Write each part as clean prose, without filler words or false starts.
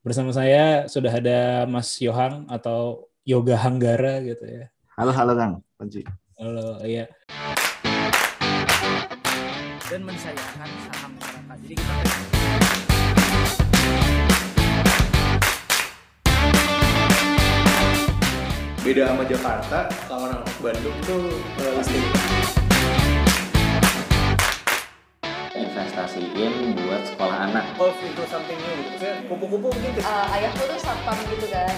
Bersama saya sudah ada Mas Yohang atau Yoga Hanggara gitu ya. Halo Kang Panji. Halo, iya. Dan mensayangkan saham masyarakat. Jadi kita beda sama Jakarta, kalau orang Bandung tuh listing. Investasiin buat sekolah anak. Evolve into something new gitu. Maksudnya kupu-kupu mungkin ayahku tuh satpam gitu kan.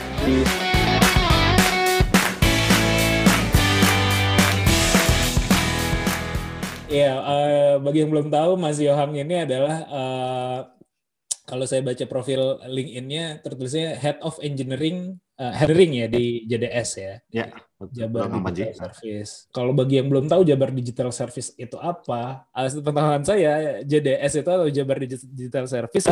Iya, bagi yang belum tahu, Mas Yohang ini adalah kalau saya baca profil LinkedIn-nya tertulisnya Head of Engineering ya di JDS ya. Ya, Jabar Digital Service. Kalau bagi yang belum tahu Jabar Digital Service itu apa? Pengetahuan saya JDS itu atau Jabar Digital Service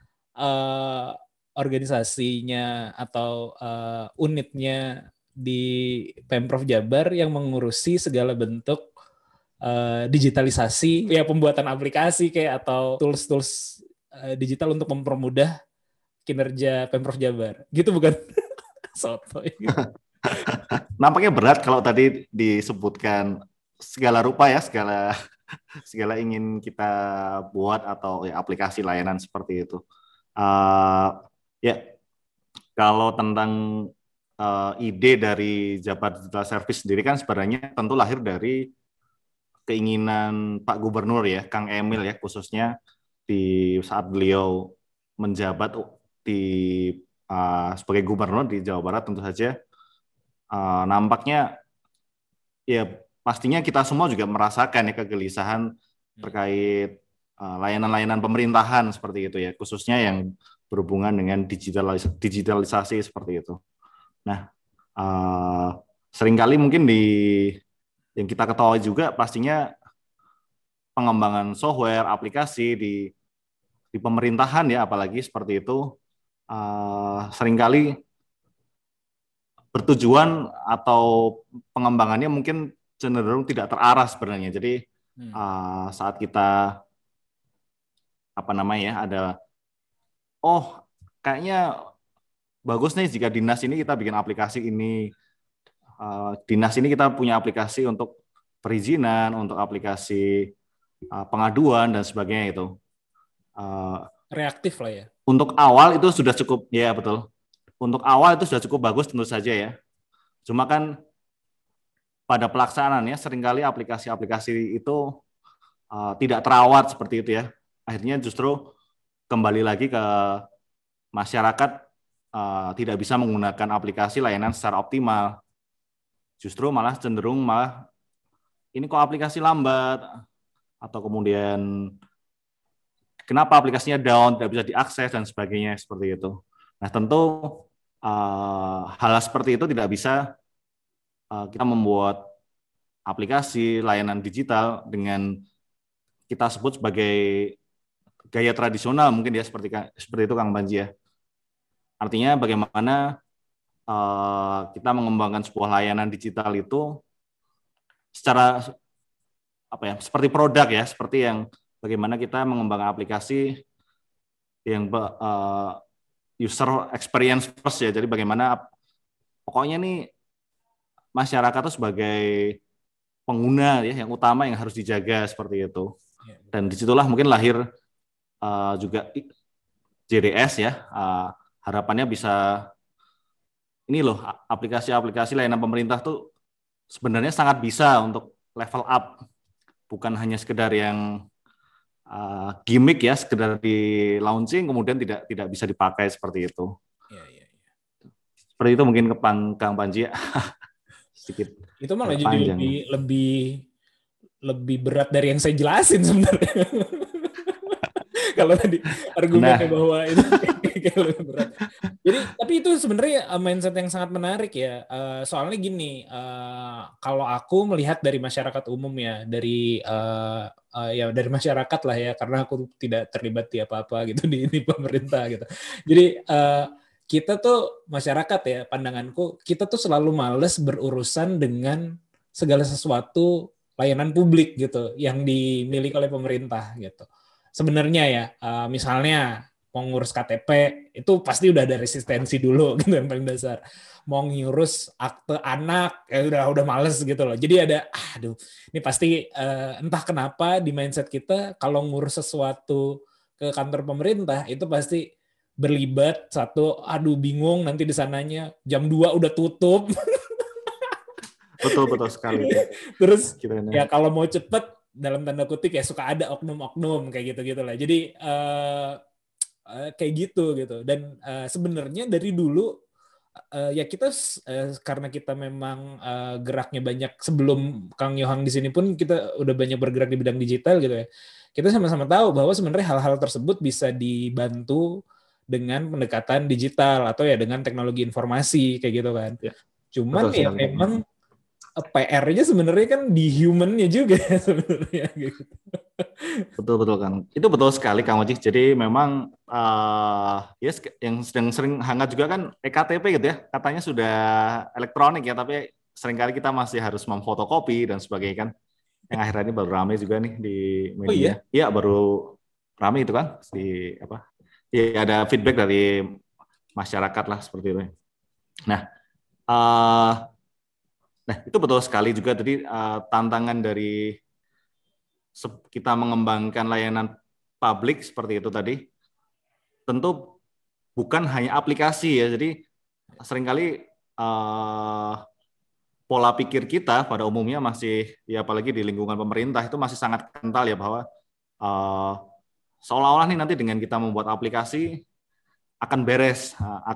organisasinya atau unitnya di Pemprov Jabar yang mengurusi segala bentuk digitalisasi, ya pembuatan aplikasi kayak atau tools-tools digital untuk mempermudah kinerja Pemprov Jabar. Gitu bukan? Sotoy. Nampaknya berat kalau tadi disebutkan segala rupa ya, segala ingin kita buat atau ya aplikasi layanan seperti itu. Ya, kalau tentang ide dari Jabar Digital Service sendiri kan sebenarnya tentu lahir dari keinginan Pak Gubernur ya, Kang Emil ya, khususnya di saat beliau menjabat sebagai gubernur di Jawa Barat tentu saja nampaknya ya pastinya kita semua juga merasakan ya kegelisahan terkait layanan-layanan pemerintahan seperti itu ya, khususnya yang berhubungan dengan digitalisasi seperti itu. Nah, seringkali mungkin yang kita ketahui juga pastinya pengembangan software, aplikasi di pemerintahan ya, apalagi seperti itu seringkali bertujuan atau pengembangannya mungkin cenderung tidak terarah sebenarnya. Jadi saat kita ada kayaknya bagus nih jika dinas ini kita bikin aplikasi ini. Dinas ini kita punya aplikasi untuk perizinan, untuk aplikasi pengaduan dan sebagainya itu. Reaktif lah ya. Untuk awal itu sudah cukup, ya betul. Untuk awal itu sudah cukup bagus tentu saja ya. Cuma kan pada pelaksanaannya seringkali aplikasi-aplikasi itu tidak terawat seperti itu ya. Akhirnya justru kembali lagi ke masyarakat tidak bisa menggunakan aplikasi layanan secara optimal. Justru malah cenderung ini kok aplikasi lambat, atau kemudian kenapa aplikasinya down, tidak bisa diakses dan sebagainya seperti itu. Nah tentu hal seperti itu tidak bisa kita membuat aplikasi layanan digital dengan kita sebut sebagai gaya tradisional mungkin ya, seperti itu Kang Panji ya. Artinya bagaimana kita mengembangkan sebuah layanan digital itu secara seperti produk ya, seperti yang bagaimana kita mengembangkan aplikasi yang user experience first ya. Jadi bagaimana pokoknya nih masyarakat itu sebagai pengguna ya yang utama yang harus dijaga seperti itu. Dan disitulah mungkin lahir juga JDS ya. Harapannya bisa ini loh, aplikasi-aplikasi layanan pemerintah tuh sebenarnya sangat bisa untuk level up, bukan hanya sekedar yang gimmick ya, sekedar di launching kemudian tidak bisa dipakai seperti itu. Iya. Seperti itu mungkin ke Kang Panji ya. Sedikit. Itu malah jadi lebih berat dari yang saya jelasin sebenarnya. Kalau tadi argumennya bahwa itu kayak lebih berat. Jadi tapi itu sebenarnya mindset yang sangat menarik ya. Soalnya gini, kalau aku melihat dari masyarakat umum ya, dari masyarakat lah ya, karena aku tidak terlibat di apa-apa gitu di pemerintah gitu. Jadi kita tuh masyarakat ya, pandanganku kita tuh selalu males berurusan dengan segala sesuatu layanan publik gitu yang dimiliki oleh pemerintah gitu. Sebenarnya ya, misalnya mau ngurus KTP itu pasti udah ada resistensi dulu gitu yang paling dasar. Mau ngurus akte anak ya udah males gitu loh. Jadi ada aduh ini pasti entah kenapa di mindset kita kalau ngurus sesuatu ke kantor pemerintah itu pasti berlibat satu aduh bingung nanti di sananya jam 2 udah tutup. Betul sekali. Terus Kiranya. ya kalau mau cepet dalam tanda kutip ya suka ada oknum-oknum kayak gitu lah. Jadi kayak gitu. Dan sebenarnya dari dulu ya kita karena kita memang geraknya banyak sebelum Kang Yohang di sini pun kita udah banyak bergerak di bidang digital gitu ya. Kita sama-sama tahu bahwa sebenarnya hal-hal tersebut bisa dibantu dengan pendekatan digital atau ya dengan teknologi informasi kayak gitu kan. Ya. Cuman ya memang PR-nya sebenarnya kan di human-nya juga sebenarnya gitu. Betul kan. Itu betul sekali Kang Oji. Jadi memang yes, yang sedang sering hangat juga kan EKTP gitu ya. Katanya sudah elektronik ya, tapi seringkali kita masih harus memfotokopi dan sebagainya kan. Yang akhirnya ini baru ramai juga nih di media. Oh iya? Iya, baru ramai itu kan di apa? Iya, ada feedback dari masyarakat lah seperti itu. Nah, itu betul sekali juga tadi tantangan dari kita mengembangkan layanan publik seperti itu tadi. Tentu bukan hanya aplikasi ya, jadi seringkali pola pikir kita pada umumnya masih, ya apalagi di lingkungan pemerintah itu masih sangat kental ya bahwa seolah-olah nih nanti dengan kita membuat aplikasi akan beres,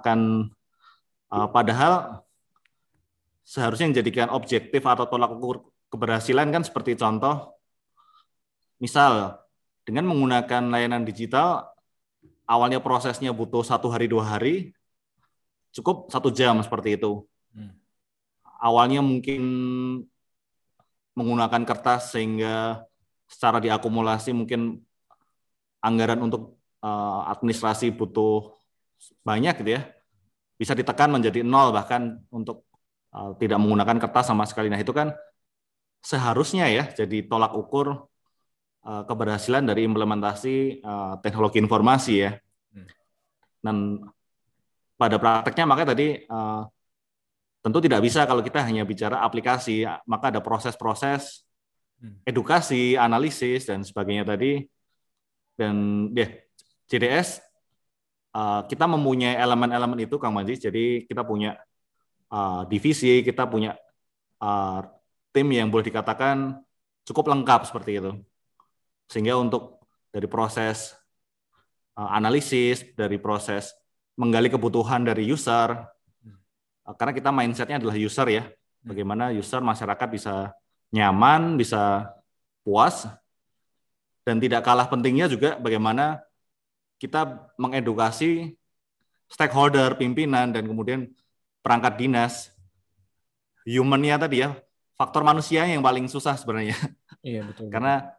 padahal seharusnya yang dijadikan objektif atau tolak ukur keberhasilan kan seperti contoh, misal dengan menggunakan layanan digital, awalnya prosesnya butuh 1 hari 2 hari, cukup 1 jam seperti itu. Awalnya mungkin menggunakan kertas sehingga secara diakumulasi mungkin anggaran untuk administrasi butuh banyak gitu ya, bisa ditekan menjadi 0 bahkan untuk tidak menggunakan kertas sama sekali. Nah itu kan seharusnya ya jadi tolak ukur keberhasilan dari implementasi teknologi informasi ya. Dan pada prakteknya makanya tadi tentu tidak bisa kalau kita hanya bicara aplikasi, maka ada proses-proses edukasi, analisis dan sebagainya tadi. Dan JDS kita mempunyai elemen-elemen itu Kang Manji. Jadi kita punya divisi, kita punya tim yang boleh dikatakan cukup lengkap seperti itu. Sehingga untuk dari proses analisis, dari proses menggali kebutuhan dari user, karena kita mindsetnya adalah user ya, bagaimana user masyarakat bisa nyaman, bisa puas, dan tidak kalah pentingnya juga bagaimana kita mengedukasi stakeholder, pimpinan, dan kemudian perangkat dinas, human-nya tadi ya, faktor manusia yang paling susah sebenarnya. Iya, betul. Karena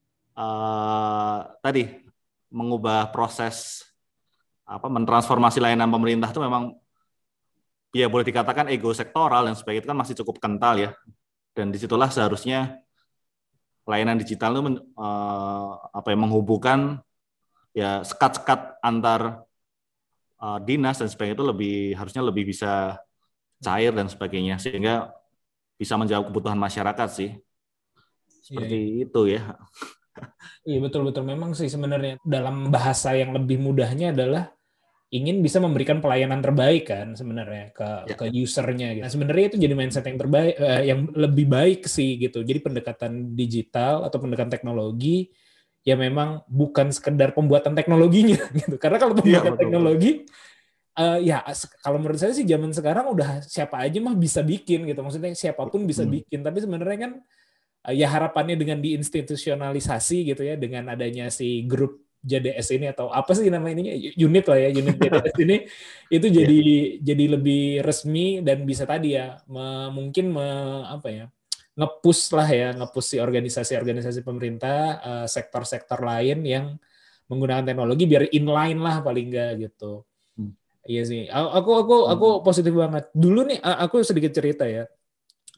tadi mengubah proses mentransformasi layanan pemerintah itu memang ya boleh dikatakan ego sektoral dan sebagainya itu kan masih cukup kental ya. Dan disitulah seharusnya layanan digital itu menghubungkan ya sekat-sekat antar dinas dan sebagainya itu harusnya lebih bisa cair dan sebagainya sehingga bisa menjawab kebutuhan masyarakat sih. Seperti itu ya. Iya betul memang sih sebenarnya dalam bahasa yang lebih mudahnya adalah ingin bisa memberikan pelayanan terbaik kan sebenarnya ke usernya gitu. Nah, sebenarnya itu jadi mindset yang terbaik yang lebih baik sih gitu. Jadi pendekatan digital atau pendekatan teknologi ya memang bukan sekedar pembuatan teknologinya gitu. Karena kalau pembuatan teknologi ya kalau menurut saya sih zaman sekarang udah siapa aja mah bisa bikin gitu. Maksudnya siapapun bisa bikin, tapi sebenarnya kan ya harapannya dengan diinstitusionalisasi gitu ya, dengan adanya si grup JDS ini atau apa sih nama ininya, unit lah ya, unit JDS ini itu jadi lebih resmi dan bisa tadi ya mungkin nge-push si organisasi-organisasi pemerintah, sektor-sektor lain yang menggunakan teknologi biar inline lah paling enggak gitu. Iya sih, aku positif banget. Dulu nih aku sedikit cerita ya.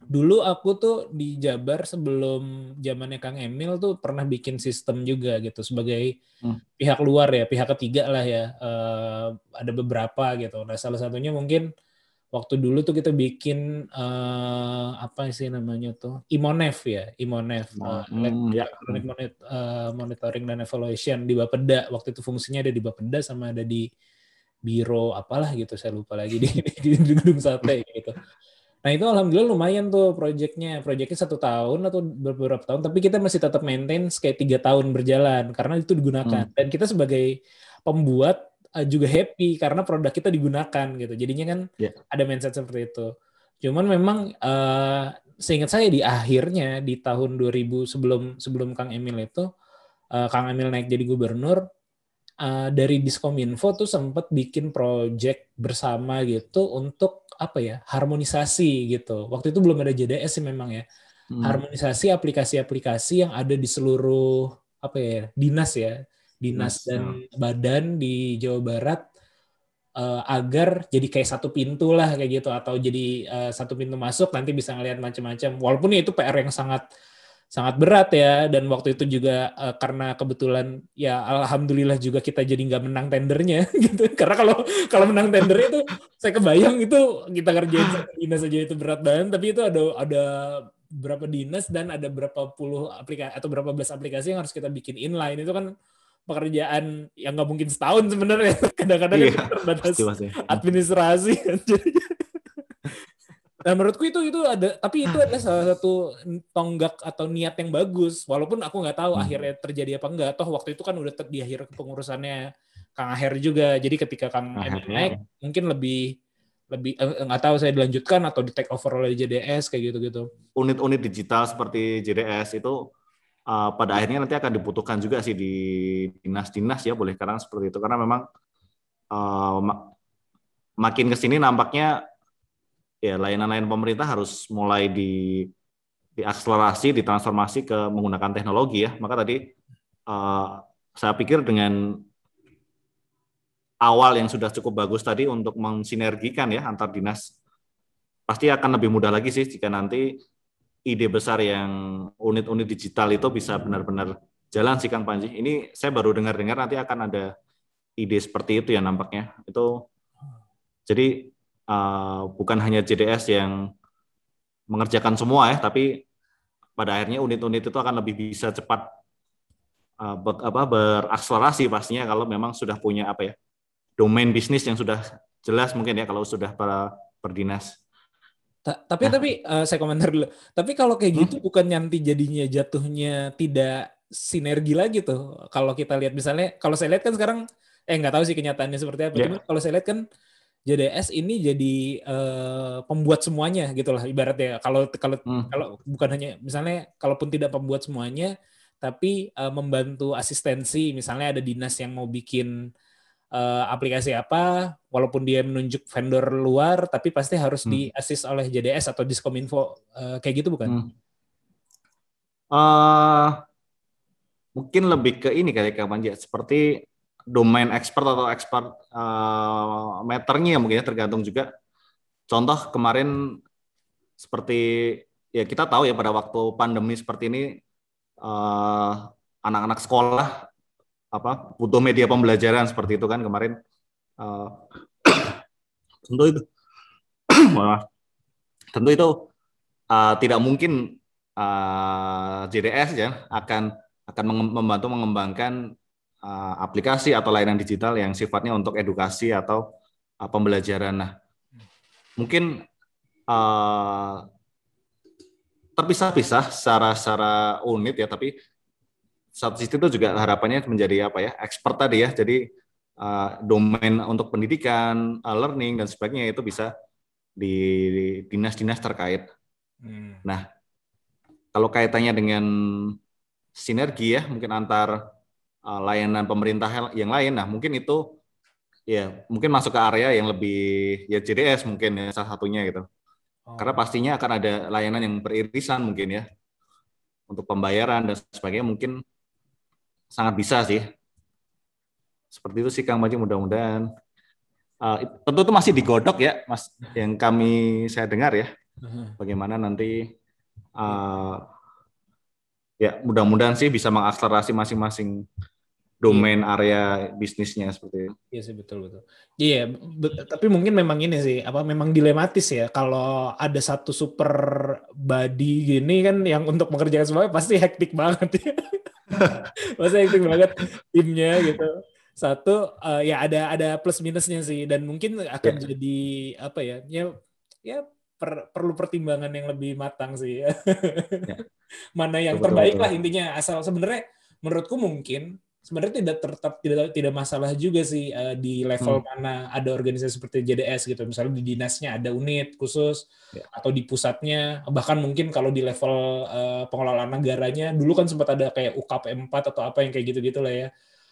Dulu aku tuh di Jabar sebelum zamannya Kang Emil tuh pernah bikin sistem juga gitu sebagai pihak luar ya, pihak ketiga lah ya. Ada beberapa gitu. Nah, salah satunya mungkin waktu dulu tuh kita bikin apa sih namanya tuh Imonev ya, Imonev Ya. Electronic Monitoring dan Evaluation di Bapeda. Waktu itu fungsinya ada di Bapeda sama ada di Biro apalah gitu, saya lupa lagi di gedung sate gitu. Nah itu alhamdulillah lumayan tuh proyeknya 1 tahun atau beberapa tahun, tapi kita masih tetap maintain kayak 3 tahun berjalan karena itu digunakan dan kita sebagai pembuat juga happy karena produk kita digunakan gitu. Jadinya kan ada mindset seperti itu. Cuman memang seingat saya di akhirnya di tahun 2000 sebelum Kang Emil itu Kang Emil naik jadi gubernur, dari Diskominfo tuh sempat bikin project bersama gitu untuk apa ya, harmonisasi gitu. Waktu itu belum ada JDS sih memang ya. Harmonisasi aplikasi-aplikasi yang ada di seluruh apa ya, dinas dan badan di Jawa Barat, agar jadi kayak satu pintu lah kayak gitu, atau jadi satu pintu masuk nanti bisa ngelihat macam-macam. Walaupun itu PR yang sangat berat ya, dan waktu itu juga karena kebetulan ya alhamdulillah juga kita jadi nggak menang tendernya gitu, karena kalau menang tender itu saya kebayang itu kita kerjain satu dinas aja itu berat banget, tapi itu ada berapa dinas dan ada berapa puluh aplikasi atau berapa belas aplikasi yang harus kita bikin inline. Itu kan pekerjaan yang nggak mungkin setahun sebenarnya, kadang-kadang kan terbatas administrasi. Nah menurutku itu ada, tapi itu adalah salah satu tonggak atau niat yang bagus, walaupun aku nggak tahu akhirnya terjadi apa enggak. Toh waktu itu kan udah di akhir kepengurusannya Kang Aher juga, jadi ketika Kang Emil naik mungkin lebih nggak tahu saya dilanjutkan atau di take over oleh JDS kayak gitu. Unit-unit digital seperti JDS itu pada akhirnya nanti akan dibutuhkan juga sih di dinas-dinas ya, boleh sekarang seperti itu, karena memang makin kesini nampaknya ya layanan-layanan pemerintah harus mulai diakselerasi, ditransformasi ke menggunakan teknologi ya. Maka tadi saya pikir dengan awal yang sudah cukup bagus tadi untuk mensinergikan ya antar dinas, pasti akan lebih mudah lagi sih jika nanti ide besar yang unit-unit digital itu bisa benar-benar jalan sih Kang Panji. Ini saya baru dengar-dengar nanti akan ada ide seperti itu ya nampaknya. Itu jadi bukan hanya JDS yang mengerjakan semua ya, tapi pada akhirnya unit-unit itu akan lebih bisa cepat berakselerasi pastinya kalau memang sudah punya domain bisnis yang sudah jelas mungkin ya kalau sudah per dinas. Tapi saya komentar dulu. Tapi kalau kayak gitu bukan nanti jadinya jatuhnya tidak sinergi lagi tuh. Kalau kita lihat misalnya, kalau saya lihat kan sekarang nggak tahu sih kenyataannya seperti apa. Cuma kalau saya lihat kan JDS ini jadi pembuat semuanya gitulah ibaratnya. Kalau bukan hanya misalnya kalaupun tidak pembuat semuanya, tapi membantu asistensi. Misalnya ada dinas yang mau bikin aplikasi apa, walaupun dia menunjuk vendor luar, tapi pasti harus di-assist oleh JDS atau Diskominfo, kayak gitu bukan? Mungkin lebih ke ini kali Kak Panji, seperti domain expert atau expert meternya mungkin ya, tergantung juga. Contoh kemarin seperti ya kita tahu ya pada waktu pandemi seperti ini anak-anak sekolah butuh media pembelajaran seperti itu kan kemarin. Tentu itu tidak mungkin JDS ya akan membantu mengembangkan aplikasi atau layanan digital yang sifatnya untuk edukasi atau pembelajaran. Nah, mungkin terpisah-pisah secara unit ya, tapi satu sisi itu juga harapannya menjadi expert tadi ya. Jadi domain untuk pendidikan, learning dan sebagainya itu bisa di dinas-dinas terkait. Nah, kalau kaitannya dengan sinergi ya, mungkin antar layanan pemerintah yang lain, nah mungkin itu ya mungkin masuk ke area yang lebih ya JDS mungkin ya salah satunya gitu. Karena pastinya akan ada layanan yang beririsan mungkin ya untuk pembayaran dan sebagainya, mungkin sangat bisa sih. Seperti itu sih Kang Panji, mudah-mudahan. Tentu itu masih digodok ya Mas, yang saya dengar ya. Bagaimana nanti ya mudah-mudahan sih bisa mengakselerasi masing-masing domain area bisnisnya seperti itu. Iya sih, betul. Iya, tapi mungkin memang ini sih, memang dilematis ya. Kalau ada satu super body gini kan yang untuk mengerjakan semuanya pasti hektik banget ya. Pasti hektik banget timnya gitu. Satu ya ada plus minusnya sih, dan mungkin akan jadi apa ya? Ya perlu pertimbangan yang lebih matang sih ya. Mana yang terbaik lah intinya, asal sebenarnya menurutku mungkin sebenarnya tidak masalah juga sih di level mana ada organisasi seperti JDS gitu. Misalnya di dinasnya ada unit khusus atau di pusatnya, bahkan mungkin kalau di level pengelolaan negaranya dulu kan sempat ada kayak UKP 4 atau apa yang kayak gitu-gitu lah ya.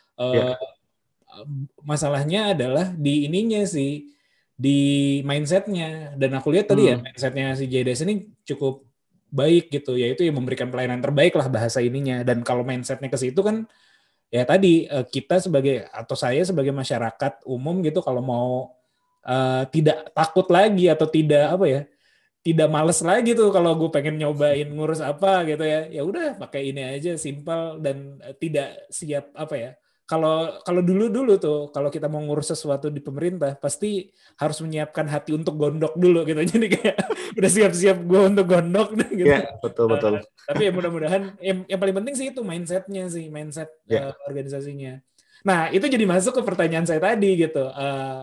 Masalahnya adalah di ininya sih, di mindsetnya. Dan aku lihat tadi ya mindsetnya si JDS ini cukup baik gitu, yaitu yang memberikan pelayanan terbaik lah bahasa ininya. Dan kalau mindsetnya ke situ kan ya tadi kita sebagai atau saya sebagai masyarakat umum gitu, kalau mau tidak takut lagi atau tidak males lagi tuh kalau gue pengen nyobain ngurus apa gitu ya udah pakai ini aja, simpel dan tidak siap kalau dulu tuh kalau kita mau ngurus sesuatu di pemerintah pasti harus menyiapkan hati untuk gondok dulu gitu, jadi kayak udah siap-siap gue untuk gondok gitu. Ya, betul. Tapi ya mudah-mudahan yang paling penting sih itu mindset organisasinya. Nah itu jadi masuk ke pertanyaan saya tadi gitu.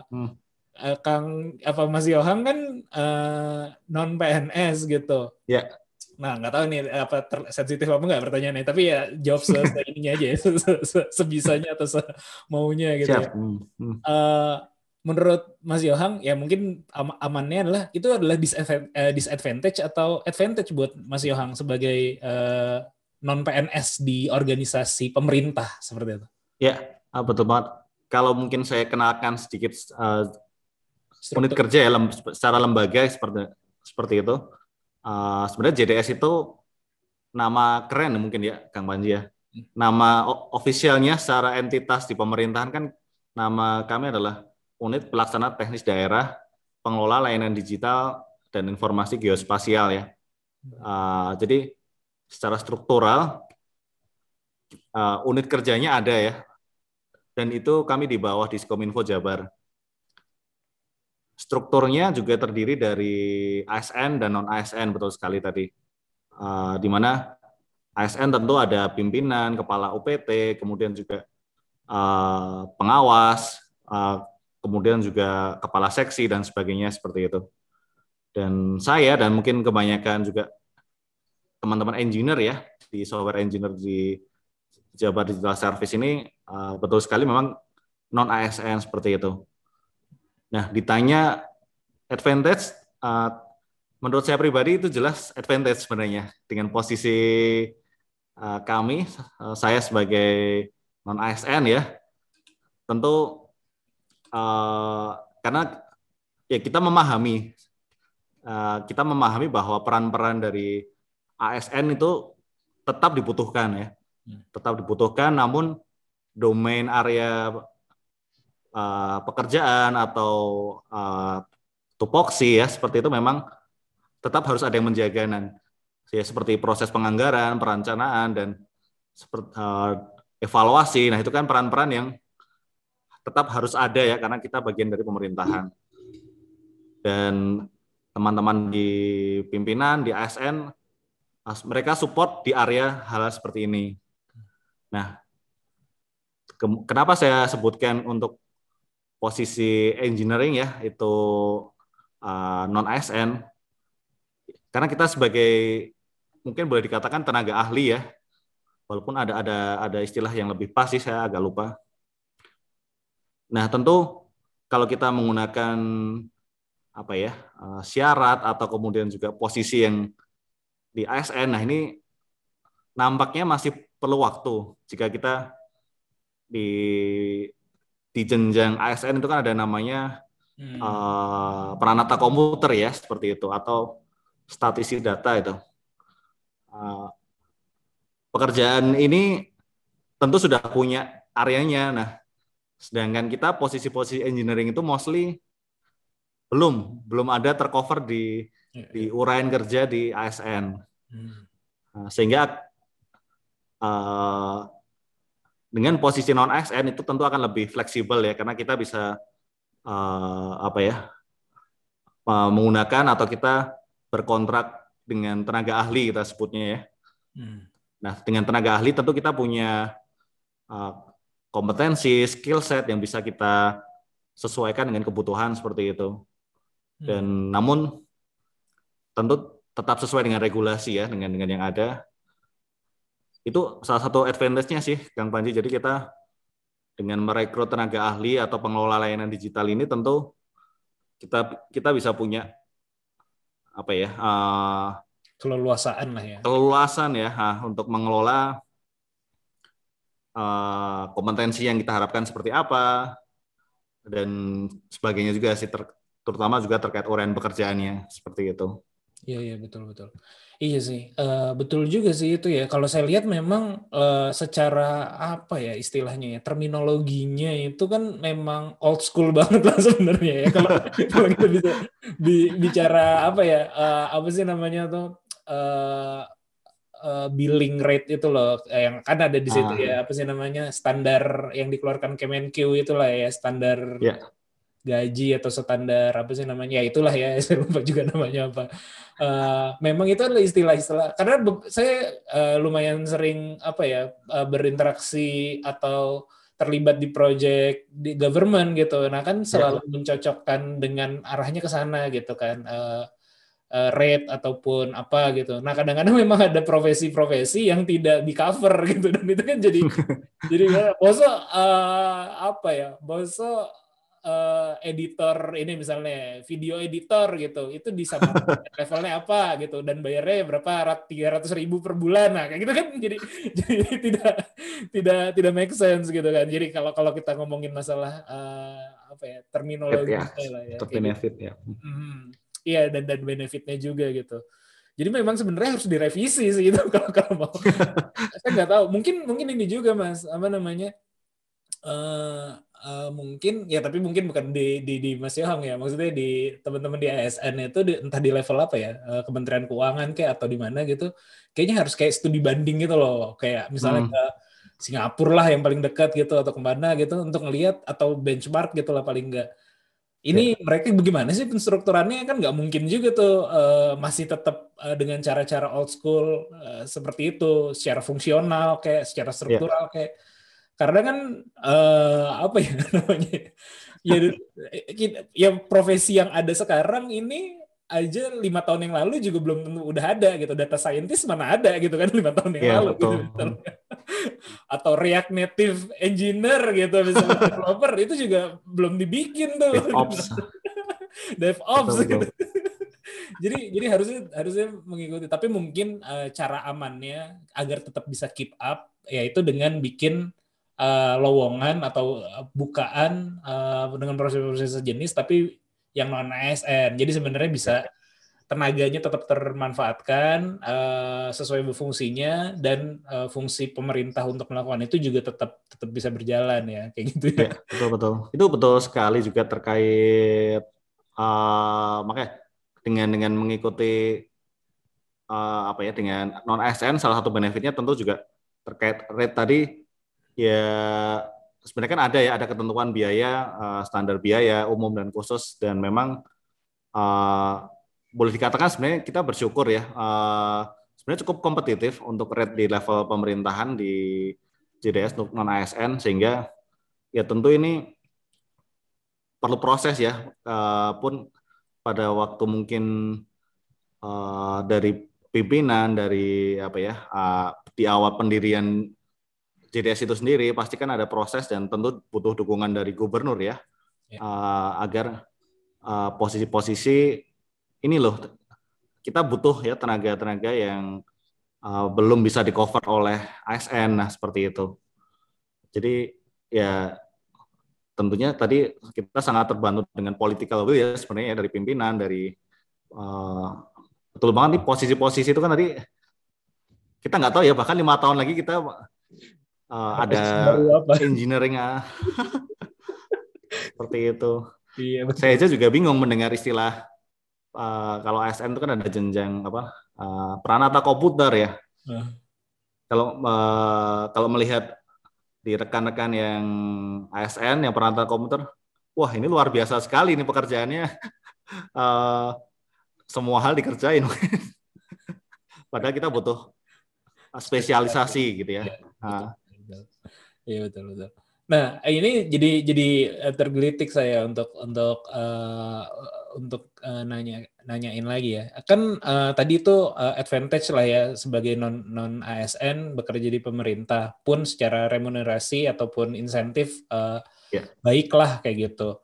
Mas Yohang kan non PNS gitu. Ya. Nah nggak tahu nih sensitif apa nggak pertanyaannya, tapi ya jawab ininya aja ya, sebisanya atau maunya gitu. Siap. Ya. Menurut Mas Yohang ya mungkin amannya adalah itu adalah disadvantage atau advantage buat Mas Yohang sebagai non PNS di organisasi pemerintah seperti itu. Ya, betul banget. Kalau mungkin saya kenalkan sedikit unit kerja ya secara lembaga seperti itu. Sebenarnya JDS itu nama keren mungkin ya Kang Panji ya. Nama ofisialnya secara entitas di pemerintahan kan nama kami adalah Unit Pelaksana Teknis Daerah Pengelola Layanan Digital dan Informasi Geospasial ya. Jadi secara struktural unit kerjanya ada ya. Dan itu kami di bawah Diskominfo Jabar. Strukturnya juga terdiri dari ASN dan non-ASN, betul sekali tadi. Di mana ASN tentu ada pimpinan, kepala UPT, kemudian juga pengawas, kemudian juga kepala seksi dan sebagainya seperti itu. Dan saya dan mungkin kebanyakan juga teman-teman engineer ya, di software engineer di Jabar Digital Service ini betul sekali memang non-ASN seperti itu. Nah, ditanya advantage, menurut saya pribadi itu jelas advantage sebenarnya dengan posisi kami, saya sebagai non-ASN ya, tentu karena ya kita memahami bahwa peran-peran dari ASN itu tetap dibutuhkan ya, namun domain area pekerjaan atau tupoksi ya seperti itu memang tetap harus ada yang menjaga ya, seperti proses penganggaran, perencanaan dan evaluasi. Nah itu kan peran-peran yang tetap harus ada ya karena kita bagian dari pemerintahan. Dan teman-teman di pimpinan di ASN mereka support di area hal seperti ini. Nah, kenapa saya sebutkan untuk posisi engineering ya itu non ASN, karena kita sebagai mungkin boleh dikatakan tenaga ahli ya, walaupun ada istilah yang lebih pas sih, saya agak lupa. Nah tentu kalau kita menggunakan syarat atau kemudian juga posisi yang di ASN, nah ini nampaknya masih perlu waktu. Jika kita di jenjang ASN itu kan ada namanya peranata komputer ya seperti itu, atau statisi data itu. Pekerjaan ini tentu sudah punya areanya. Nah, sedangkan kita posisi-posisi engineering itu mostly belum ada tercover di uraian kerja di ASN. Nah, sehingga dengan posisi non ASN itu tentu akan lebih fleksibel ya, karena kita bisa menggunakan atau kita berkontrak dengan tenaga ahli, kita sebutnya ya. Nah, dengan tenaga ahli tentu kita punya kompetensi, skill set yang bisa kita sesuaikan dengan kebutuhan seperti itu. Dan namun tentu tetap sesuai dengan regulasi ya, dengan yang ada. Itu salah satu advantage-nya sih, Kang Panji. Jadi kita dengan merekrut tenaga ahli atau pengelola layanan digital ini tentu kita bisa punya keleluasaan lah ya. Keleluasan ya untuk mengelola kompetensi yang kita harapkan seperti apa dan sebagainya juga sih, terutama juga terkait uraian pekerjaannya seperti itu. Iya betul. Iya sih, betul juga sih itu ya. Kalau saya lihat memang secara apa ya istilahnya ya, terminologinya itu kan memang old school banget lah sebenarnya ya. Kalau kita bisa bicara apa ya, apa sih namanya tuh billing rate itu loh, yang kan ada di situ ya, apa sih namanya, standar yang dikeluarkan Kemenq itulah ya, standar gaji atau standar apa sih namanya, ya itulah ya, saya lupa juga namanya apa. Memang itu adalah istilah-istilah, karena saya lumayan sering berinteraksi atau terlibat di project di government gitu, nah kan selalu mencocokkan dengan arahnya ke sana gitu kan, rate ataupun apa gitu. Nah kadang-kadang memang ada profesi-profesi yang tidak di cover gitu, dan itu kan jadi boso editor ini misalnya video editor gitu, itu disamakan levelnya apa gitu dan bayarnya berapa, 300.000 per bulan, nah kayak gitu kan jadi tidak make sense gitu kan. Jadi kalau kita ngomongin masalah terminologi lah ya, benefit gitu. Iya, dan benefitnya juga gitu. Jadi memang sebenarnya harus direvisi sih itu kalau mau. Saya nggak tahu, mungkin ini juga Mas, apa namanya? Mungkin ya, tapi mungkin bukan di Mas Yohang ya, maksudnya di teman-teman di ASN itu entah di level apa ya, Kementerian Keuangan kayak atau di mana gitu, kayaknya harus kayak studi banding gitu loh, kayak misalnya ke Singapura lah yang paling dekat gitu, atau kemana gitu untuk ngelihat, atau benchmark gitu lah paling enggak. Ini mereka bagaimana sih penstrukturannya, kan nggak mungkin juga tuh masih tetap dengan cara-cara old school seperti itu, secara fungsional kayak secara struktural kayak. Karena kan apa ya namanya ya profesi yang ada sekarang ini aja 5 tahun yang lalu juga belum tentu udah ada gitu. Data scientist mana ada gitu kan 5 tahun yang lalu gitu. Atau React Native Engineer gitu misalnya, developer itu juga belum dibikin tuh. DevOps gitu. Jadi harusnya mengikuti, tapi mungkin cara amannya agar tetap bisa keep up yaitu dengan bikin lowongan atau bukaan dengan proses-proses sejenis tapi yang non ASN. Jadi sebenarnya bisa tenaganya tetap termanfaatkan sesuai fungsinya, dan fungsi pemerintah untuk melakukan itu juga tetap bisa berjalan ya, kayak gitu ya. Betul. Itu betul sekali juga terkait makanya dengan mengikuti dengan non ASN, salah satu benefitnya tentu juga terkait rate tadi. Ya sebenarnya kan ada ketentuan biaya, standar biaya umum dan khusus, dan memang boleh dikatakan sebenarnya kita bersyukur ya, sebenarnya cukup kompetitif untuk rate di level pemerintahan di JDS untuk non ASN, sehingga ya tentu ini perlu proses ya, pun pada waktu mungkin dari pimpinan, dari di awal pendirian JDS itu sendiri pasti kan ada proses, dan tentu butuh dukungan dari gubernur ya, agar posisi-posisi ini loh, kita butuh ya tenaga-tenaga yang belum bisa di-cover oleh ASN, nah seperti itu. Jadi ya tentunya tadi kita sangat terbantu dengan political will ya sebenarnya ya, dari pimpinan, dari betul banget nih posisi-posisi itu kan tadi kita nggak tahu ya, bahkan 5 tahun lagi kita ada engineering seperti itu. Iya betul. Saya aja juga bingung mendengar istilah kalau ASN itu kan ada jenjang Pranata komputer ya. Nah, Kalau melihat di rekan-rekan yang ASN yang Pranata komputer, wah ini luar biasa sekali ini pekerjaannya. Eh, Semua hal dikerjain. Padahal kita butuh spesialisasi gitu ya. Iya, betul. Iya betul. Nah, ini jadi tergelitik saya untuk nanyain lagi ya. Kan tadi itu advantage lah ya sebagai non ASN bekerja di pemerintah pun secara remunerasi ataupun insentif Ya. baiklah kayak gitu.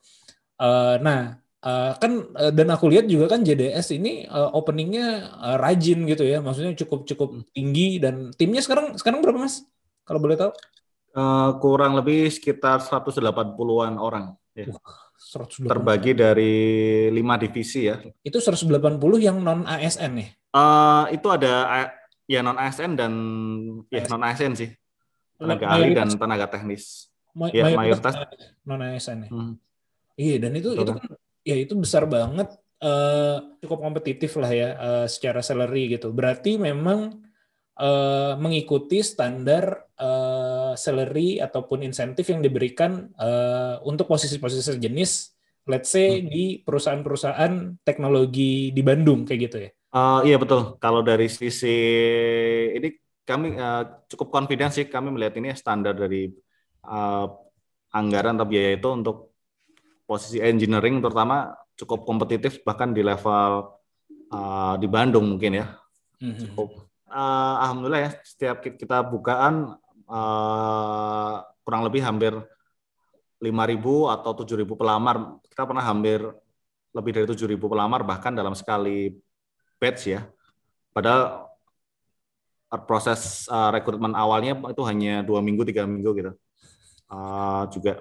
Kan dan aku lihat juga kan JDS ini openingnya rajin gitu ya, maksudnya cukup tinggi dan timnya sekarang berapa Mas? Kalau boleh tahu? Kurang lebih sekitar 180-an orang ya. 180. Terbagi dari 5 divisi ya. Itu 180 yang non ASN ya? Itu ada ya non ASN dan ya non ASN sih. Tenaga ahli dan tenaga teknis. Ya, mayoritas non ASN ya. Iya, dan itu kan ya itu besar banget, cukup kompetitif lah ya secara salary gitu. Berarti memang mengikuti standar salary ataupun insentif yang diberikan untuk posisi-posisi sejenis, let's say di perusahaan-perusahaan teknologi di Bandung kayak gitu ya. Iya betul. Kalau dari sisi ini kami cukup confident sih, kami melihat ini standar dari anggaran atau biaya itu untuk posisi engineering terutama cukup kompetitif bahkan di level di Bandung mungkin ya. Cukup. Alhamdulillah ya, setiap kita bukaan kurang lebih hampir 5.000 atau 7.000 pelamar. Kita pernah hampir lebih dari 7.000 pelamar bahkan dalam sekali batch ya. Padahal proses rekrutmen awalnya itu hanya 2 minggu, 3 minggu gitu. Juga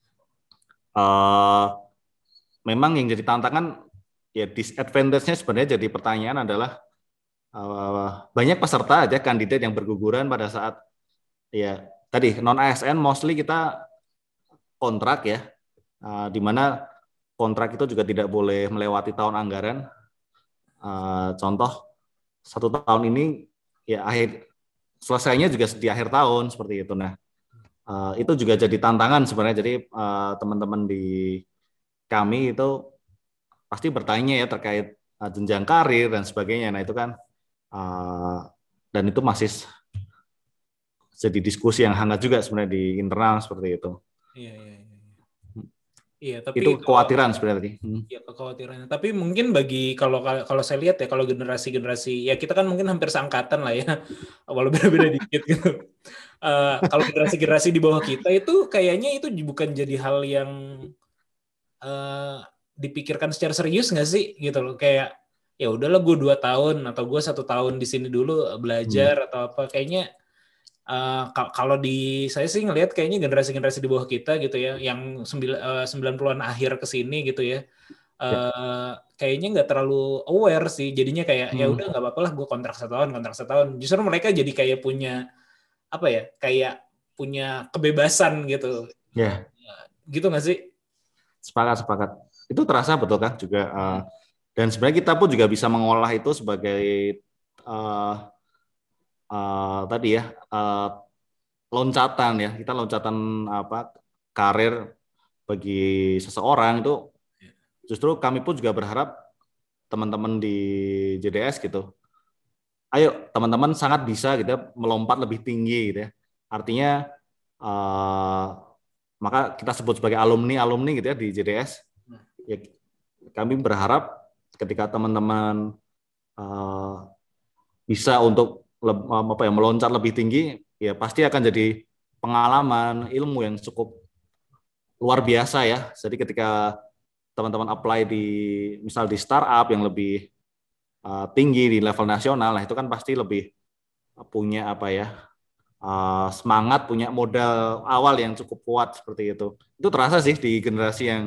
memang yang jadi tantangan ya disadvantage-nya sebenarnya jadi pertanyaan adalah banyak peserta aja kandidat yang berguguran pada saat ya tadi non ASN mostly kita kontrak ya, di mana kontrak itu juga tidak boleh melewati tahun anggaran. Contoh 1 tahun ini ya selesainya juga di akhir tahun seperti itu. Nah itu juga jadi tantangan sebenarnya. Jadi teman-teman di kami itu pasti bertanya ya terkait jenjang karir dan sebagainya. Nah itu kan dan itu masih jadi diskusi yang hangat juga sebenarnya di internal seperti itu. Iya, tapi itu kekhawatiran sebenarnya tadi. Iya, kekhawatirannya. Tapi mungkin kalau saya lihat ya, kalau generasi ya kita kan mungkin hampir seangkatan lah ya, walau beda-beda dikit gitu. Kalau generasi di bawah kita itu kayaknya itu bukan jadi hal yang dipikirkan secara serius nggak sih gitu loh, kayak ya udahlah gue 2 tahun atau gue 1 tahun di sini dulu belajar atau apa, kayaknya kalau di saya sih ngelihat kayaknya generasi di bawah kita gitu ya yang 90-an akhir ke sini gitu ya, kayaknya nggak terlalu aware sih, jadinya kayak ya udah nggak apa-apa lah gue kontrak setahun, justru mereka jadi kayak punya apa ya, kayak punya kebebasan gitu. Ya. Gitu nggak sih? Sepakat. Itu terasa betul kan juga. Dan sebenarnya kita pun juga bisa mengolah itu sebagai tadi ya loncatan ya. Kita loncatan karir bagi seseorang itu. Justru kami pun juga berharap teman-teman di JDS gitu. Ayo teman-teman sangat bisa gitu melompat lebih tinggi gitu ya. Artinya maka kita sebut sebagai alumni gitu ya di JDS. Ya, kami berharap ketika teman-teman bisa untuk meloncat lebih tinggi, ya pasti akan jadi pengalaman ilmu yang cukup luar biasa ya. Jadi ketika teman-teman apply misal di startup yang lebih tinggi di level nasional, nah itu kan pasti lebih punya semangat, punya modal awal yang cukup kuat seperti itu. Itu terasa sih di generasi yang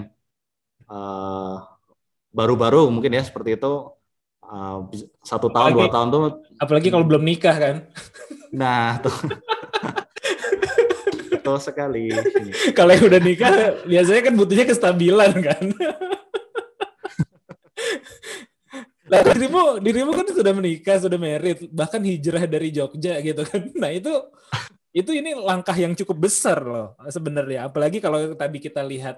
baru-baru mungkin ya seperti itu, 1 tahun 2 tahun tuh. Apalagi kalau belum nikah kan. Nah tuh. Betul sekali. Kalau yang udah nikah biasanya kan butuhnya kestabilan kan. Nah, dirimu kan sudah menikah, sudah married, bahkan hijrah dari Jogja gitu kan. Nah, itu ini langkah yang cukup besar loh sebenarnya. Apalagi kalau tadi kita lihat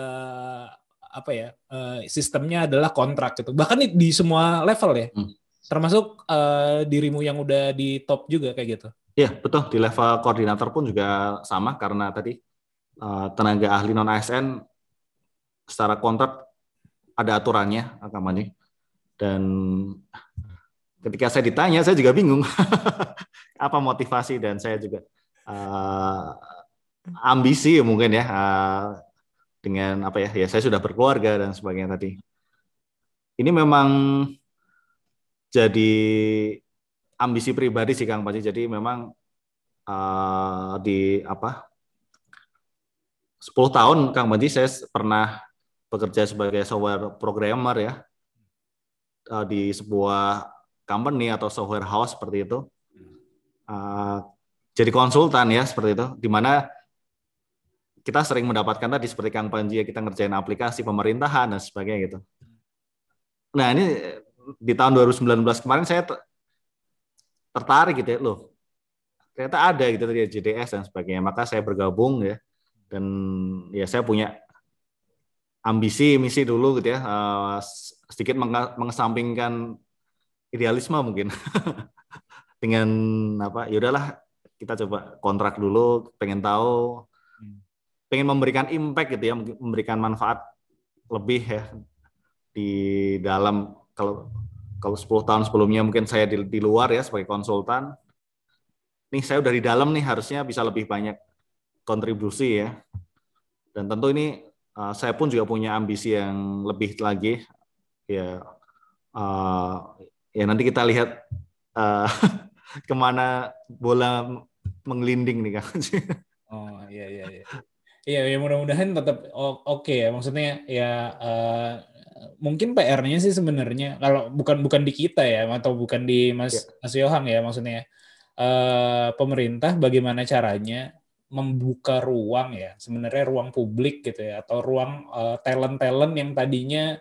sistemnya adalah kontrak gitu. Bahkan di semua level ya. Termasuk dirimu yang udah di top juga kayak gitu. Iya, betul. Di level koordinator pun juga sama karena tadi tenaga ahli non ASN secara kontrak ada aturannya, Kang Panji. Dan ketika saya ditanya, saya juga bingung apa motivasi, dan saya juga ambisi mungkin ya, dengan apa ya, saya sudah berkeluarga dan sebagainya tadi. Ini memang jadi ambisi pribadi sih Kang Panji. Jadi memang di 10 tahun Kang Panji saya pernah bekerja sebagai software programmer ya, di sebuah company atau software house seperti itu, jadi konsultan ya seperti itu, di mana kita sering mendapatkan tadi seperti Kang Panji ya, kita ngerjain aplikasi pemerintahan dan sebagainya gitu. Nah ini di tahun 2019 kemarin saya tertarik gitu ya, loh ternyata ada gitu tadi JDS dan sebagainya, maka saya bergabung ya, dan ya saya punya ambisi misi dulu gitu ya, sedikit mengesampingkan idealisme mungkin dengan ya udahlah kita coba kontrak dulu, pengen tahu, pengen memberikan impact gitu ya, memberikan manfaat lebih ya di dalam, kalau 10 tahun sebelumnya mungkin saya di luar ya sebagai konsultan, nih saya udah di dalam nih, harusnya bisa lebih banyak kontribusi ya. Dan tentu ini saya pun juga punya ambisi yang lebih lagi ya. Ya nanti kita lihat kemana bola mengelinding nih Kang. Oh iya. Iya ya, mudah-mudahan tetap oke ya. Maksudnya ya mungkin PR-nya sih sebenarnya kalau bukan di kita ya, atau bukan di Mas Yohang ya, maksudnya pemerintah bagaimana caranya membuka ruang ya, sebenarnya ruang publik gitu ya, atau ruang talent-talent yang tadinya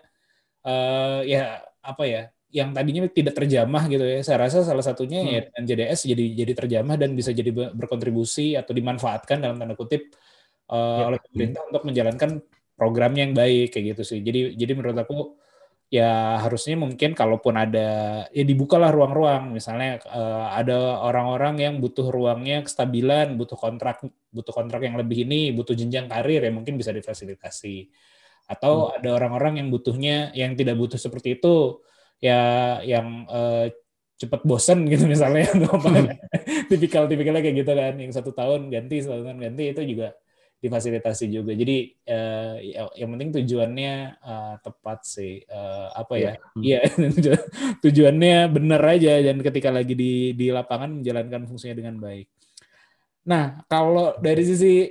yang tadinya tidak terjamah gitu ya. Saya rasa salah satunya ya dengan JDS jadi terjamah dan bisa jadi berkontribusi atau dimanfaatkan dalam tanda kutip oleh pemerintah untuk menjalankan programnya yang baik kayak gitu sih. Jadi menurut aku ya harusnya mungkin kalaupun ada ya dibukalah ruang-ruang, misalnya ada orang-orang yang butuh ruangnya kestabilan, butuh kontrak yang lebih ini, butuh jenjang karir ya mungkin bisa difasilitasi. Atau ada orang-orang yang butuhnya yang tidak butuh seperti itu ya, yang cepat bosen gitu misalnya, tipikal-tipikalnya kayak gitu kan, yang 1 tahun ganti itu juga difasilitasi juga. Jadi yang penting tujuannya tepat sih, iya tujuannya benar aja, dan ketika lagi di lapangan menjalankan fungsinya dengan baik. Nah kalau dari sisi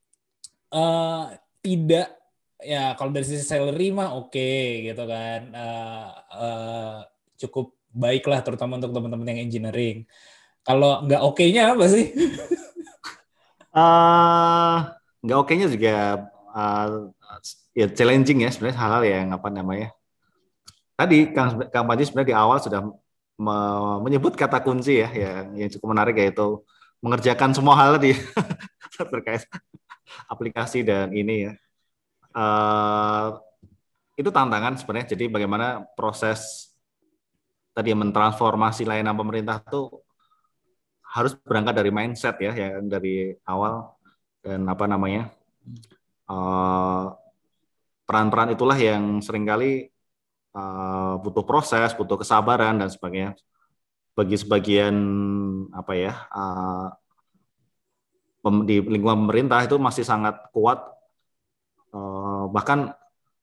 tidak ya, kalau dari sisi salary mah oke gitu kan, cukup baik lah, terutama untuk teman-teman yang engineering. Kalau nggak oke-nya apa sih? Nggak oke-nya juga ya challenging ya sebenarnya, hal-hal yang tadi Kang Panji sebenarnya di awal sudah menyebut kata kunci ya yang cukup menarik, yaitu mengerjakan semua hal tadi terkait aplikasi dan ini ya. Itu tantangan sebenarnya. Jadi bagaimana proses tadi mentransformasi layanan pemerintah itu harus berangkat dari mindset ya, yang dari awal, dan peran-peran itulah yang seringkali butuh proses, butuh kesabaran dan sebagainya. Bagi sebagian di lingkungan pemerintah itu masih sangat kuat, bahkan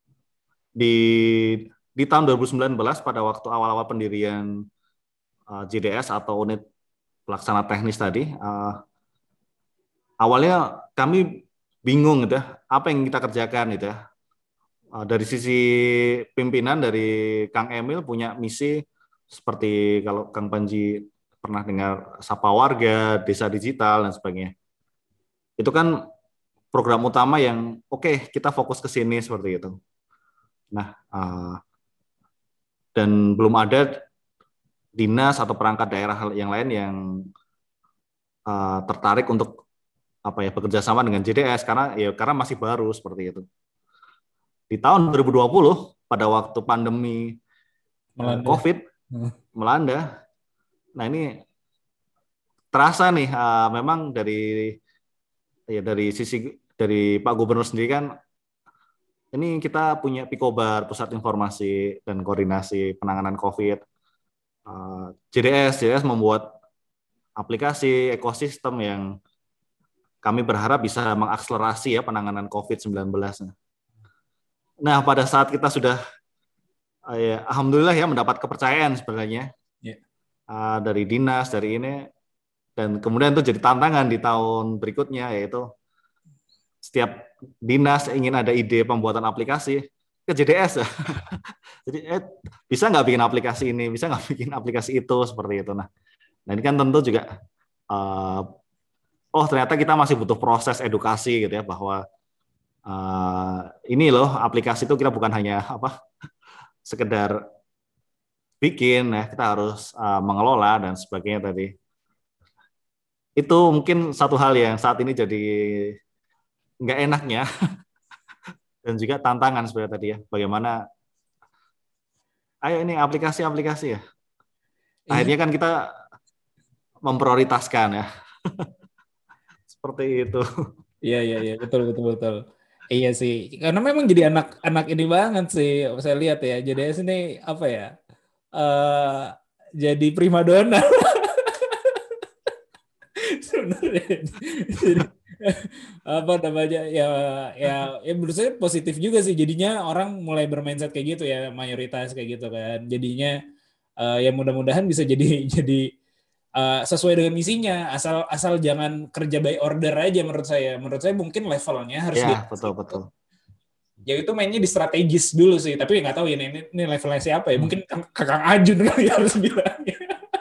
di tahun 2019 pada waktu awal-awal pendirian JDS atau unit pelaksana teknis tadi, awalnya kami bingung gitu ya, apa yang kita kerjakan gitu ya. Dari sisi pimpinan, dari Kang Emil punya misi seperti kalau Kang Panji pernah dengar Sapa Warga, Desa Digital dan sebagainya. itu kan program utama yang oke, kita fokus ke sini seperti itu. Nah, dan belum ada dinas atau perangkat daerah yang lain yang tertarik untuk bekerja sama dengan JDS karena masih baru seperti itu. Di tahun 2020 pada waktu pandemi COVID melanda, nah ini terasa nih memang dari Pak Gubernur sendiri kan, ini kita punya Pikobar, Pusat Informasi dan Koordinasi Penanganan COVID. JDS membuat aplikasi ekosistem yang kami berharap bisa mengakselerasi penanganan COVID-19. Nah, pada saat kita sudah alhamdulillah mendapat kepercayaan sebenarnya dari dinas, dari ini, dan kemudian itu jadi tantangan di tahun berikutnya, yaitu setiap dinas ingin ada ide pembuatan aplikasi ke JDS. Jadi bisa nggak bikin aplikasi ini, bisa nggak bikin aplikasi itu, seperti itu. Nah ini kan tentu juga ternyata kita masih butuh proses edukasi gitu ya, bahwa ini loh aplikasi itu kita bukan hanya sekedar bikin ya, kita harus mengelola dan sebagainya tadi. Itu mungkin satu hal yang saat ini jadi nggak enaknya dan juga tantangan sebenarnya tadi ya, bagaimana ini aplikasi-aplikasi ya. Akhirnya kan kita memprioritaskan ya. Seperti itu. Iya, betul. Iya sih, karena memang jadi anak ini banget sih, saya lihat ya, JDS ini jadi primadona. Sebenarnya. Ya menurut saya positif juga sih, jadinya orang mulai bermindset kayak gitu ya, mayoritas kayak gitu kan, jadinya ya mudah-mudahan bisa jadi sesuai dengan misinya, asal jangan kerja by order aja. Menurut saya mungkin levelnya harus betul. Ya itu mainnya di strategis dulu sih, tapi nggak tahu ya ini levelnya siapa ya, mungkin Kakang Ajun kali harus bilangnya.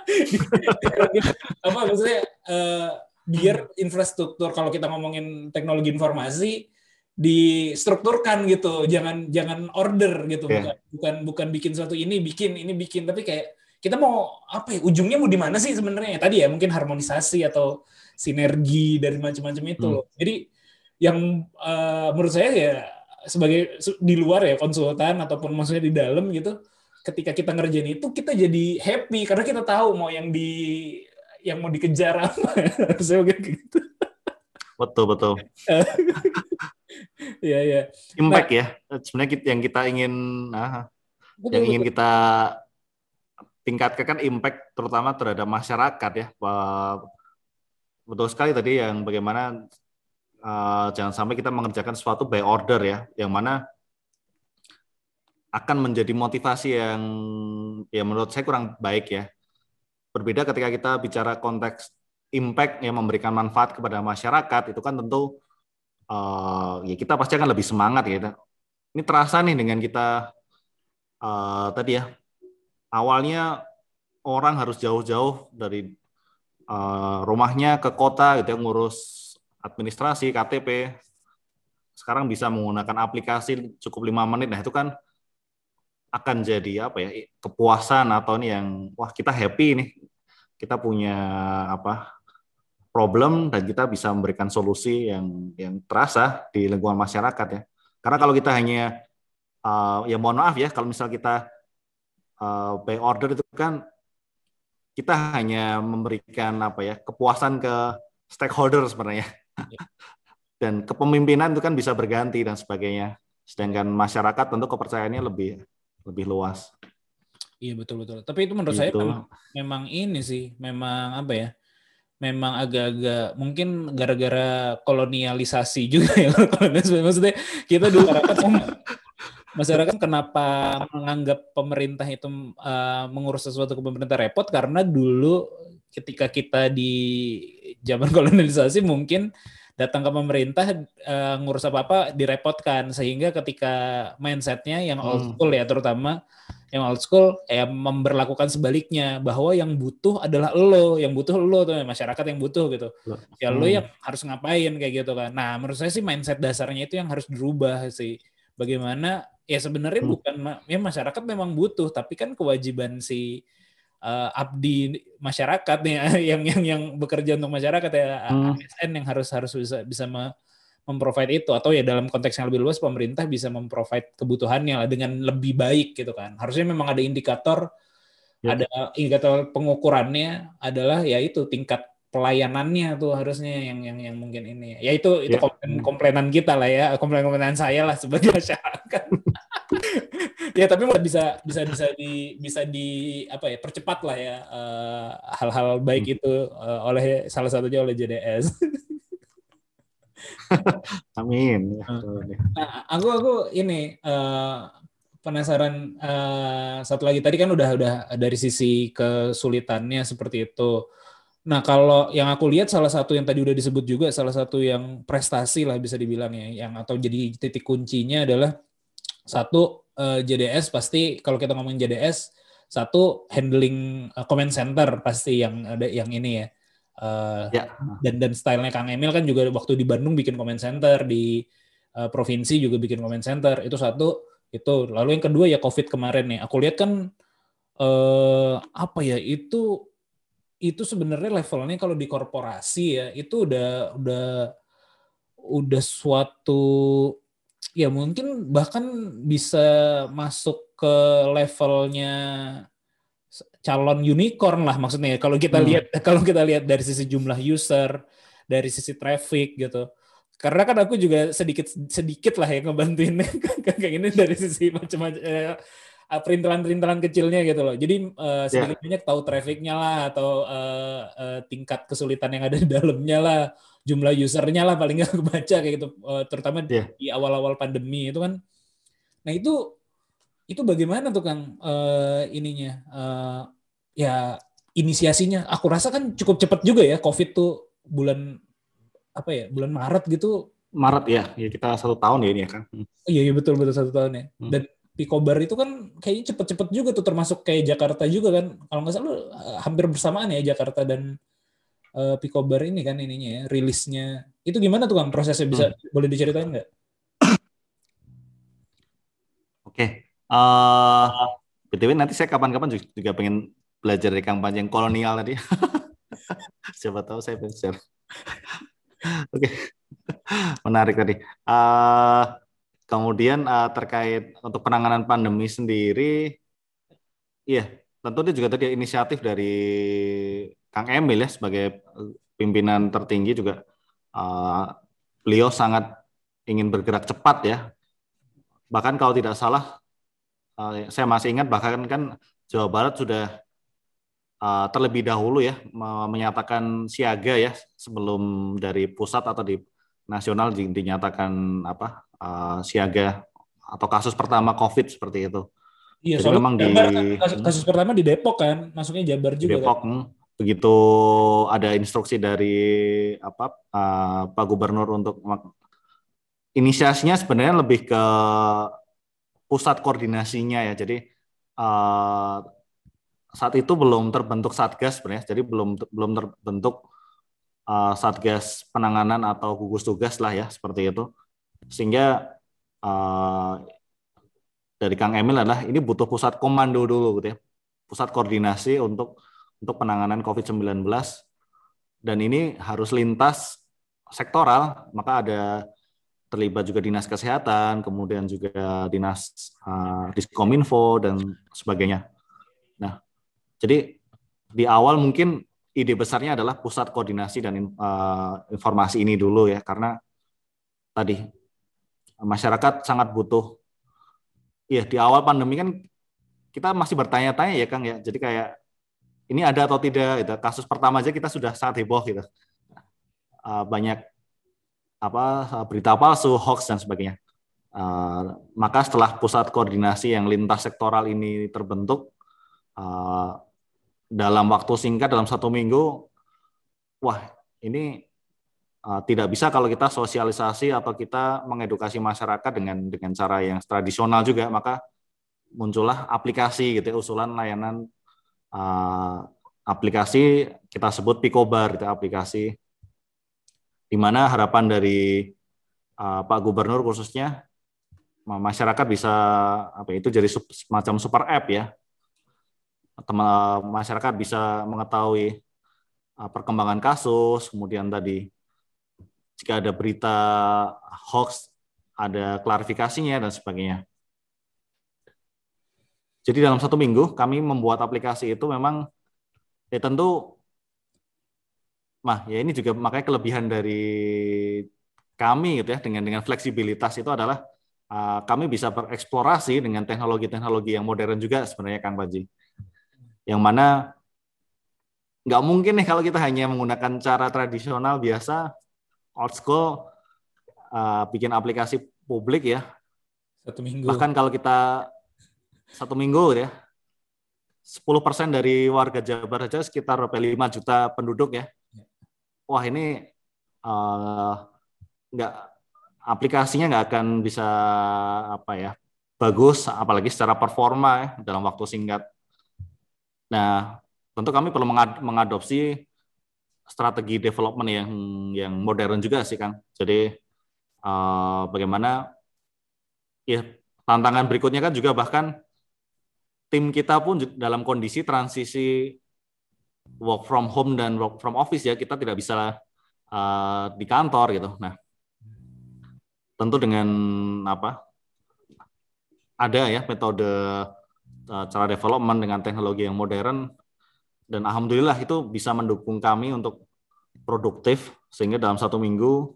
Maksudnya biar infrastruktur, kalau kita ngomongin teknologi informasi, distrukturkan gitu, jangan order gitu, bukan bikin suatu ini bikin, tapi kayak kita mau ujungnya mau di mana sih sebenarnya? Tadi ya mungkin harmonisasi atau sinergi dari macam-macam itu loh. Jadi yang menurut saya ya sebagai di luar ya konsultan ataupun maksudnya di dalam gitu, ketika kita ngerjain itu kita jadi happy karena kita tahu mau yang mau dikejar apa. Harusnya gitu. Betul. Iya. Impact ya. Sebenarnya yang kita ingin kita tingkatkan kan impact terutama terhadap masyarakat ya. Betul sekali tadi yang bagaimana jangan sampai kita mengerjakan sesuatu by order ya, yang mana akan menjadi motivasi yang ya menurut saya kurang baik ya. Berbeda ketika kita bicara konteks impact yang memberikan manfaat kepada masyarakat, itu kan tentu ya kita pasti akan lebih semangat ya. Ini terasa nih dengan kita tadi ya, awalnya orang harus jauh-jauh dari rumahnya ke kota gitu ya, ngurus administrasi, KTP. Sekarang bisa menggunakan aplikasi cukup 5 menit. Nah, itu kan akan jadi kepuasan atau ini yang kita happy nih. Kita punya problem dan kita bisa memberikan solusi yang terasa di lingkungan masyarakat ya. Karena kalau kita hanya ya mohon maaf ya, kalau misal kita by order itu kan kita hanya memberikan kepuasan ke stakeholder sebenarnya. Dan kepemimpinan itu kan bisa berganti dan sebagainya. Sedangkan masyarakat tentu kepercayaannya lebih luas. Iya betul. Tapi itu menurut saya memang ini sih, memang memang agak-agak mungkin gara-gara kolonialisasi juga ya. Maksudnya kita dulu masyarakat kenapa menganggap pemerintah itu mengurus sesuatu ke pemerintah repot, karena dulu ketika kita di zaman kolonialisasi mungkin datang ke pemerintah ngurus apa-apa direpotkan, sehingga ketika mindsetnya yang old school ya terutama Yang old school memberlakukan sebaliknya, bahwa yang butuh adalah yang butuh tuh, masyarakat yang butuh gitu. Ya lo yang harus ngapain kayak gitu kan. Nah, menurut saya sih mindset dasarnya itu yang harus dirubah sih. Bagaimana ya sebenarnya bukan masyarakat memang butuh, tapi kan kewajiban si abdi masyarakat nih yang bekerja untuk masyarakat ya, ASN yang harus bisa memprovide itu, atau ya dalam konteks yang lebih luas pemerintah bisa memprovide kebutuhannya lah dengan lebih baik gitu kan. Harusnya memang ada indikator, ada indikator pengukurannya adalah ya itu tingkat pelayanannya tuh harusnya yang mungkin ini. Ya itu komplainan kita lah ya, komplainan saya lah sebagai masyarakat. Ya tapi bisa di apa ya, percepat lah ya hal-hal baik itu oleh salah satunya oleh JDS. Amin. Nah, aku ini penasaran satu lagi, tadi kan udah dari sisi kesulitannya seperti itu. Nah, kalau yang aku lihat salah satu yang tadi udah disebut juga, salah satu yang prestasi lah bisa dibilang ya, yang atau jadi titik kuncinya adalah satu JDS pasti, kalau kita ngomongin JDS, satu handling comment center pasti yang ada yang ini ya. Dan stylenya Kang Emil kan juga waktu di Bandung bikin comment center, di provinsi juga bikin comment center, itu satu. Itu lalu yang kedua ya COVID kemarin nih, aku lihat kan apa ya, itu sebenarnya levelnya kalau di korporasi ya itu udah suatu ya mungkin bahkan bisa masuk ke levelnya calon unicorn lah maksudnya, kalau kita lihat dari sisi jumlah user, dari sisi traffic gitu. Karena kan aku juga sedikit lah ya ngebantuin kayak gini dari sisi macam-macam perintilan kecilnya gitu loh. Jadi sedikit banyak tahu trafficnya lah, atau tingkat kesulitan yang ada di dalamnya lah, jumlah usernya lah paling nggak kebaca kayak gitu, terutama di awal-awal pandemi itu kan. Nah itu bagaimana tuh Kang ininya ya inisiasinya? Aku rasa kan cukup cepat juga ya COVID tuh bulan Maret gitu. Maret ya kita 1 tahun ya ini ya Kang. Iya betul 1 tahun ya. Dan Picobar itu kan kayaknya cepet-cepet juga tuh, termasuk kayak Jakarta juga kan. Kalau nggak salah hampir bersamaan ya Jakarta dan Picobar ini kan ininya ya, rilisnya. Itu gimana tuh Kang prosesnya, bisa boleh diceritain nggak? Oke. BTW nanti saya kapan-kapan juga pengen belajar dari Kang Panji yang kolonial tadi. Siapa tahu saya bisa. Oke. Menarik tadi. Kemudian terkait untuk penanganan pandemi sendiri, iya tentu itu juga tadi inisiatif dari Kang Emil ya sebagai pimpinan tertinggi juga. Beliau sangat ingin bergerak cepat ya. Bahkan kalau tidak salah, saya masih ingat bahkan kan Jawa Barat sudah terlebih dahulu ya menyatakan siaga ya sebelum dari pusat atau di nasional dinyatakan siaga atau kasus pertama COVID seperti itu. Iya, jadi memang kasus pertama di Depok kan, masuknya Jabar juga. Depok kan. Begitu ada instruksi dari Pak Gubernur untuk inisiasinya sebenarnya lebih ke pusat koordinasinya ya. Jadi saat itu belum terbentuk satgas sebenarnya, jadi belum terbentuk satgas penanganan atau gugus tugas lah ya seperti itu, sehingga dari Kang Emil adalah ini butuh pusat komando dulu gitu ya, pusat koordinasi untuk penanganan COVID-19, dan ini harus lintas sektoral, maka ada terlibat juga dinas kesehatan, kemudian juga dinas Diskominfo dan sebagainya. Nah, jadi di awal mungkin ide besarnya adalah pusat koordinasi dan informasi ini dulu ya, karena tadi masyarakat sangat butuh. Iya, di awal pandemi kan kita masih bertanya-tanya ya Kang ya. Jadi kayak ini ada atau tidak gitu. Kasus pertama aja kita sudah sangat heboh gitu. Banyak berita palsu, hoax dan sebagainya. Maka setelah pusat koordinasi yang lintas sektoral ini terbentuk, dalam waktu singkat, dalam 1 minggu, wah ini tidak bisa kalau kita sosialisasi atau kita mengedukasi masyarakat dengan cara yang tradisional juga, maka muncullah aplikasi gitu ya, usulan layanan aplikasi kita sebut Picobar gitu, aplikasi di mana harapan dari Pak Gubernur khususnya masyarakat bisa itu jadi semacam super app ya. Masyarakat bisa mengetahui perkembangan kasus, kemudian tadi jika ada berita hoax ada klarifikasinya dan sebagainya. Jadi dalam 1 minggu kami membuat aplikasi itu memang ya tentu ya ini juga makanya kelebihan dari kami gitu ya, dengan fleksibilitas itu adalah kami bisa bereksplorasi dengan teknologi-teknologi yang modern juga sebenarnya Kang Panji. Yang mana nggak mungkin nih kalau kita hanya menggunakan cara tradisional biasa, old school, bikin aplikasi publik ya. 1 minggu. Bahkan kalau kita 1 minggu ya, 10% dari warga Jabar saja sekitar 5 juta penduduk ya. Wah ini aplikasinya nggak akan bisa bagus, apalagi secara performa ya, dalam waktu singkat. Nah, tentu kami perlu mengadopsi strategi development yang modern juga sih, Kang. Jadi bagaimana ya tantangan berikutnya kan juga bahkan tim kita pun dalam kondisi transisi work from home dan work from office ya, kita tidak bisa di kantor gitu. Nah, tentu dengan ada ya metode cara development dengan teknologi yang modern, dan alhamdulillah itu bisa mendukung kami untuk produktif sehingga dalam 1 minggu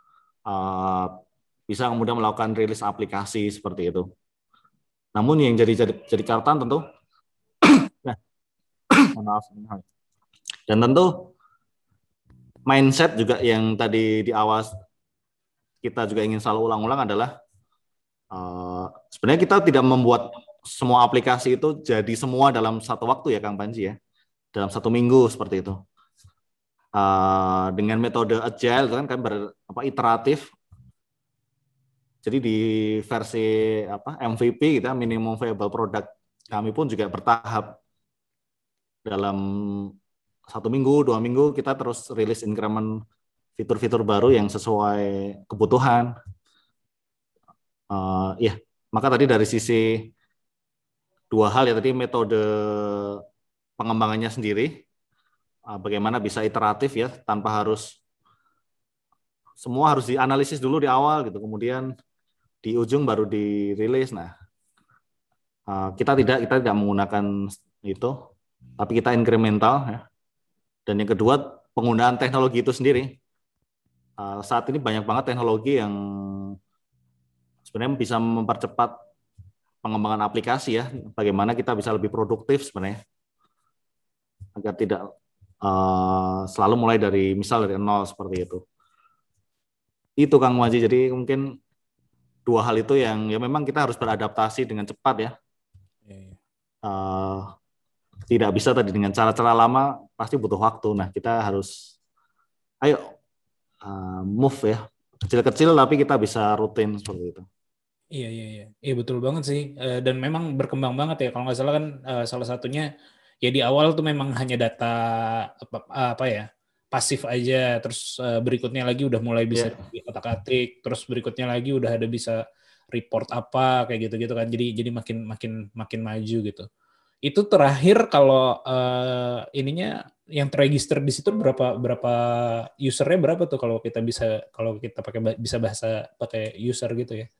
bisa kemudian melakukan rilis aplikasi seperti itu. Namun yang jadi catatan tentu dan tentu mindset juga yang tadi di awal kita juga ingin selalu ulang-ulang adalah sebenarnya kita tidak membuat semua aplikasi itu jadi semua dalam satu waktu ya Kang Panji ya, dalam 1 minggu seperti itu. Dengan metode agile itu kan iteratif. Jadi di versi MVP kita minimum viable product kami pun juga bertahap. Dalam 1 minggu, 2 minggu kita terus rilis increment fitur-fitur baru yang sesuai kebutuhan. Maka tadi dari sisi 2 hal ya, tadi metode pengembangannya sendiri, bagaimana bisa iteratif ya, tanpa semua harus dianalisis dulu di awal gitu, kemudian di ujung baru dirilis. Nah, kita tidak menggunakan itu, tapi kita incremental ya. Dan yang kedua, penggunaan teknologi itu sendiri. Saat ini banyak banget teknologi yang sebenarnya bisa mempercepat pengembangan aplikasi ya, bagaimana kita bisa lebih produktif sebenarnya, agar tidak selalu mulai dari nol seperti itu. Itu Kang Waji, jadi mungkin 2 hal itu yang ya memang kita harus beradaptasi dengan cepat ya. Tidak bisa tadi dengan cara-cara lama, pasti butuh waktu. Nah kita harus move ya, kecil-kecil tapi kita bisa rutin seperti itu. Iya betul banget sih, dan memang berkembang banget ya. Kalau nggak salah kan salah satunya ya di awal tuh memang hanya data pasif aja, terus berikutnya lagi udah mulai bisa diotak-atik, terus berikutnya lagi udah ada bisa report apa kayak gitu-gitu kan. Jadi makin maju gitu. Itu terakhir kalau ininya yang terregister di situ berapa usernya berapa tuh kalau kita bisa bahasa pakai user gitu ya?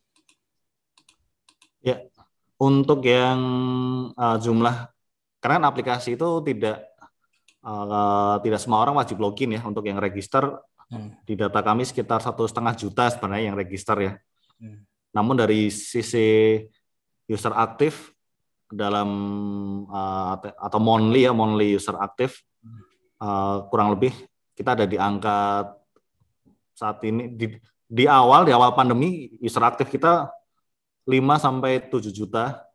Ya, untuk yang jumlah, karena aplikasi itu tidak semua orang wajib login ya. Untuk yang register di data kami sekitar 1,5 juta sebenarnya yang register ya. Namun dari sisi user aktif dalam atau monthly user aktif kurang lebih kita ada di angka saat ini di awal pandemi user aktif kita 5-7 juta.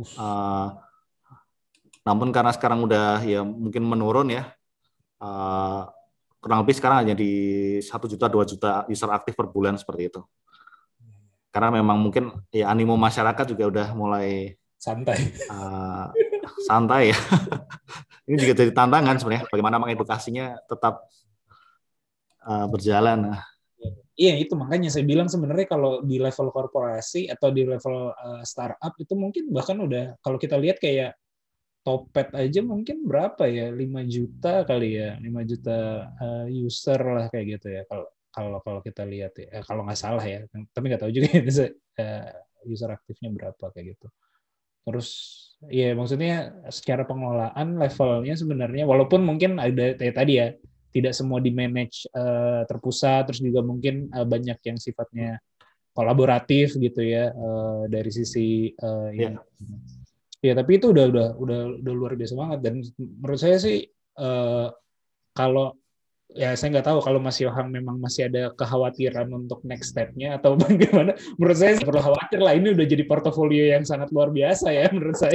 Namun karena sekarang udah ya mungkin menurun ya, kurang lebih sekarang hanya di 1 juta 2 juta user aktif per bulan seperti itu. Karena memang mungkin ya animo masyarakat juga udah mulai Santai. Santai ya. Ini juga jadi tantangan sebenarnya bagaimana mengedukasinya tetap berjalan. Iya, itu makanya saya bilang sebenarnya kalau di level korporasi atau di level startup itu mungkin bahkan udah, kalau kita lihat kayak Topet aja mungkin berapa ya, 5 juta kali ya, 5 juta user lah kayak gitu ya, kalau kita lihat ya, kalau nggak salah ya, tapi nggak tahu juga ya, user aktifnya berapa kayak gitu. Terus ya maksudnya secara pengelolaan levelnya sebenarnya walaupun mungkin ada kayak tadi ya, tidak semua di manage terpusat, terus juga mungkin banyak yang sifatnya kolaboratif gitu ya, dari sisi ini. Ya tapi itu udah luar biasa banget, dan menurut saya sih kalau ya saya nggak tahu kalau Mas Yohang memang masih ada kekhawatiran untuk next step-nya atau bagaimana. Menurut saya nggak perlu khawatir lah, ini udah jadi portofolio yang sangat luar biasa ya menurut saya.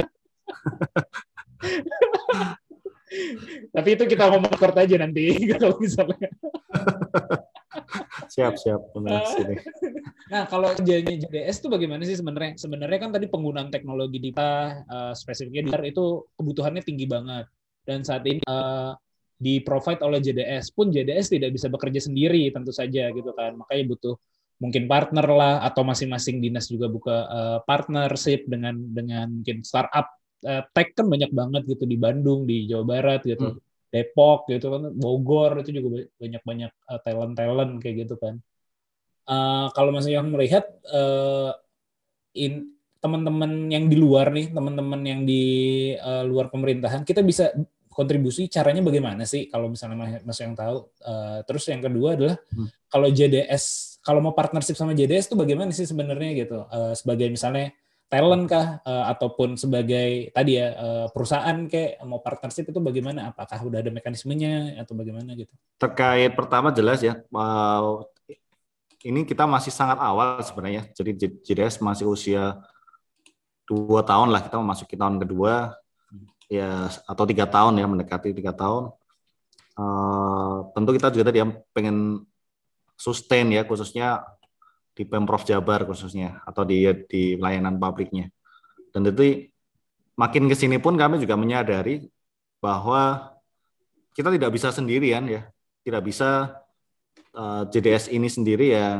Tapi itu kita ngomong short aja nanti kalau misalnya. Siap. Nah, kalau kerjanya JDS itu bagaimana sih sebenarnya? Sebenarnya kan tadi penggunaan teknologi di spesifiknya di itu kebutuhannya tinggi banget. Dan saat ini di provide oleh JDS pun JDS tidak bisa bekerja sendiri tentu saja gitu kan. Makanya butuh mungkin partner lah, atau masing-masing dinas juga buka partnership dengan mungkin startup tech kan banyak banget gitu di Bandung, di Jawa Barat gitu. Depok gitu kan, Bogor itu juga banyak talent kayak gitu kan. Kalau Mas Yohang melihat teman-teman yang di luar nih, teman-teman yang di luar pemerintahan, kita bisa kontribusi caranya bagaimana sih kalau misalnya Mas Yohang tahu? Terus yang kedua adalah kalau JDS, kalau mau partnership sama JDS itu bagaimana sih sebenarnya gitu? Sebagai misalnya talent kah, ataupun sebagai tadi ya perusahaan kayak mau partnership itu bagaimana? Apakah udah ada mekanismenya atau bagaimana gitu? Terkait pertama jelas ya, ini kita masih sangat awal sebenarnya. Jadi JDS masih usia 2 tahun lah, kita memasuki tahun kedua ya, atau 3 tahun ya, mendekati 3 tahun. Tentu kita juga tadi pengen sustain ya, khususnya di Pemprov Jabar khususnya, atau di layanan publiknya. Dan itu makin kesini pun kami juga menyadari bahwa kita tidak bisa sendirian ya, tidak bisa JDS ini sendiri yang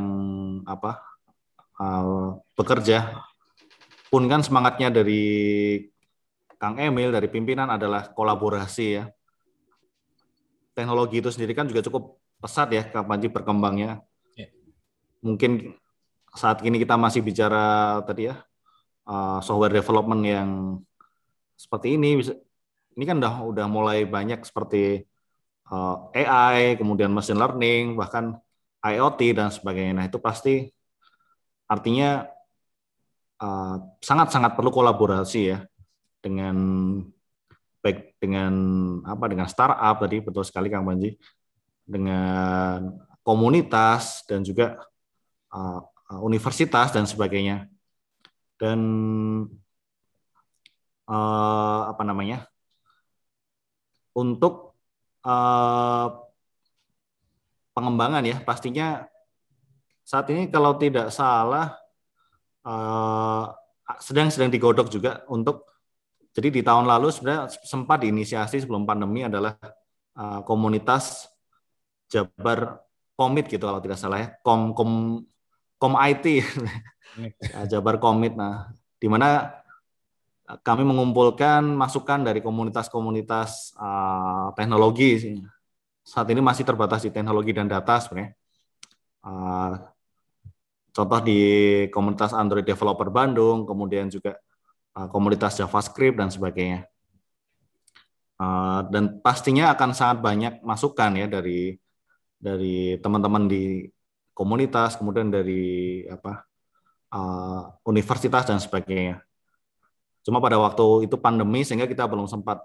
bekerja. Pun kan semangatnya dari Kang Emil, dari pimpinan adalah kolaborasi ya. Teknologi itu sendiri kan juga cukup pesat ya kapan berkembangnya. Mungkin saat ini kita masih bicara tadi ya, software development yang seperti ini kan udah mulai banyak seperti AI, kemudian machine learning, bahkan IoT dan sebagainya. Nah, itu pasti artinya sangat-sangat perlu kolaborasi ya dengan startup tadi, betul sekali Kang Panji, dengan komunitas dan juga universitas dan sebagainya. Dan untuk pengembangan ya, pastinya saat ini kalau tidak salah sedang digodok juga untuk, jadi di tahun lalu sebenarnya sempat diinisiasi sebelum pandemi adalah komunitas Jabar Komit gitu kalau tidak salah ya, Kom IT Jabar Komit. Nah, di mana kami mengumpulkan masukan dari komunitas-komunitas teknologi. Saat ini masih terbatas di teknologi dan data sebenarnya. Contoh di komunitas Android Developer Bandung, kemudian juga komunitas JavaScript dan sebagainya. Dan pastinya akan sangat banyak masukan ya dari teman-teman di komunitas, kemudian dari universitas dan sebagainya. Cuma pada waktu itu pandemi sehingga kita belum sempat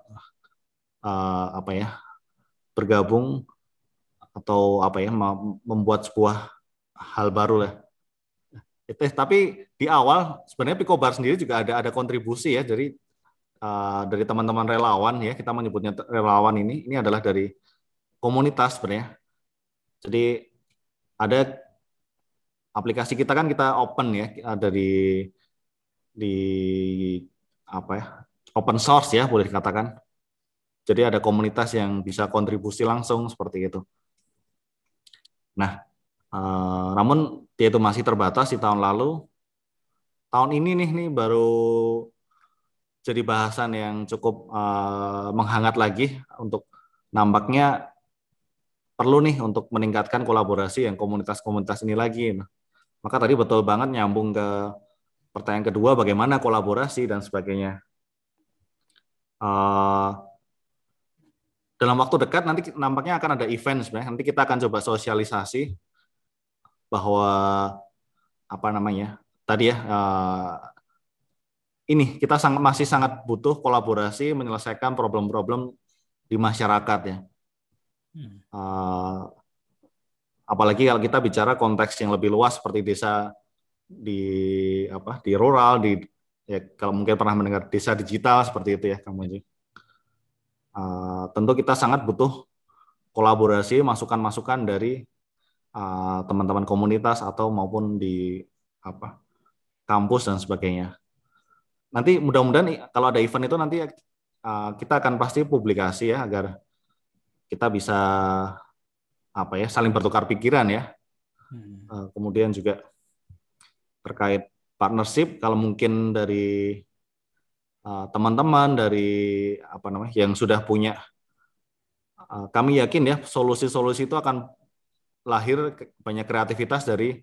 bergabung atau membuat sebuah hal baru lah. Tapi di awal sebenarnya Picobar sendiri juga ada kontribusi ya dari teman-teman relawan ya, kita menyebutnya relawan ini adalah dari komunitas sebenarnya. Jadi ada aplikasi kita kan kita open ya, dari open source ya, boleh dikatakan. Jadi ada komunitas yang bisa kontribusi langsung seperti itu. Nah, namun dia itu masih terbatas di tahun lalu. Tahun ini nih baru jadi bahasan yang cukup menghangat lagi untuk nampaknya perlu nih untuk meningkatkan kolaborasi yang komunitas-komunitas ini lagi. Nah, maka tadi betul banget nyambung ke pertanyaan kedua, bagaimana kolaborasi dan sebagainya. Dalam waktu dekat nanti nampaknya akan ada event sebenarnya. Nanti kita akan coba sosialisasi bahwa tadi ya ini kita masih sangat butuh kolaborasi menyelesaikan problem-problem di masyarakat ya. Apalagi kalau kita bicara konteks yang lebih luas seperti desa di rural, ya kalau mungkin pernah mendengar desa digital seperti itu ya, Kang Panji. Tentu kita sangat butuh kolaborasi, masukan-masukan dari teman-teman komunitas atau maupun di kampus dan sebagainya. Nanti mudah-mudahan kalau ada event itu nanti kita akan pasti publikasi ya, agar kita bisa saling bertukar pikiran ya. Kemudian juga terkait partnership, kalau mungkin dari teman-teman dari yang sudah punya, kami yakin ya solusi-solusi itu akan lahir banyak kreativitas dari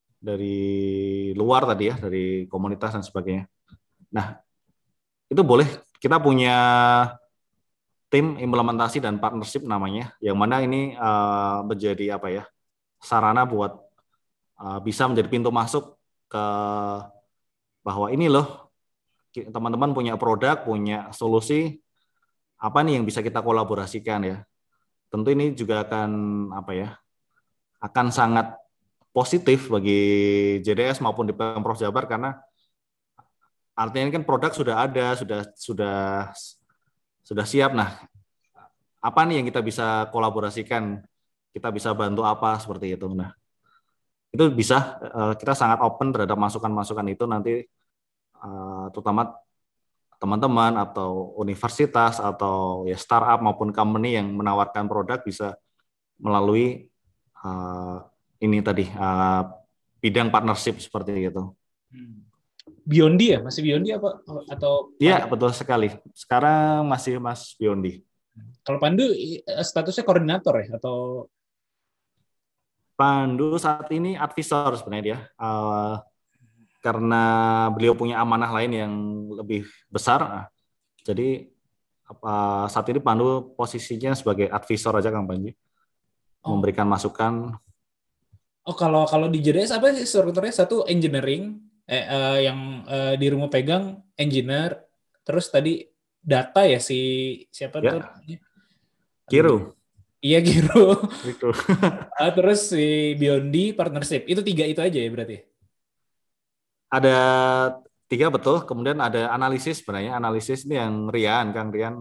luar tadi ya, dari komunitas dan sebagainya. Nah, itu boleh kita punya tim implementasi dan partnership namanya, yang mana ini menjadi sarana buat bisa menjadi pintu masuk ke bahwa ini loh teman-teman punya produk, punya solusi apa nih yang bisa kita kolaborasikan ya. Tentu ini juga akan sangat positif bagi JDS maupun di Pemprov Jabar, karena artinya kan produk sudah ada, sudah siap. Nah, apa nih yang kita bisa kolaborasikan? Kita bisa bantu apa seperti itu. Nah, itu bisa kita sangat open terhadap masukan-masukan itu nanti, terutama teman-teman atau universitas atau ya startup maupun company yang menawarkan produk bisa melalui ini tadi bidang partnership seperti itu. Biondi ya? Masih Biondi apa? Atau Iya, betul sekali. Sekarang masih Mas Biondi. Kalau Pandu statusnya koordinator ya? Atau Pandu saat ini advisor sebenarnya dia. Karena beliau punya amanah lain yang lebih besar. Jadi saat ini Pandu posisinya sebagai advisor aja, Kang Panji. Memberikan masukan. Oh, kalau di JDS apa sih strukturnya? Satu engineering, yang dirimu pegang engineer, terus tadi data ya siapa ya. tuh? Giro. Iya, Giro. Gitu. Terus si Biondi partnership. Itu 3 itu aja ya berarti? Ada 3 betul. Kemudian ada analisis sebenarnya. Analisis ini yang Kang Rian,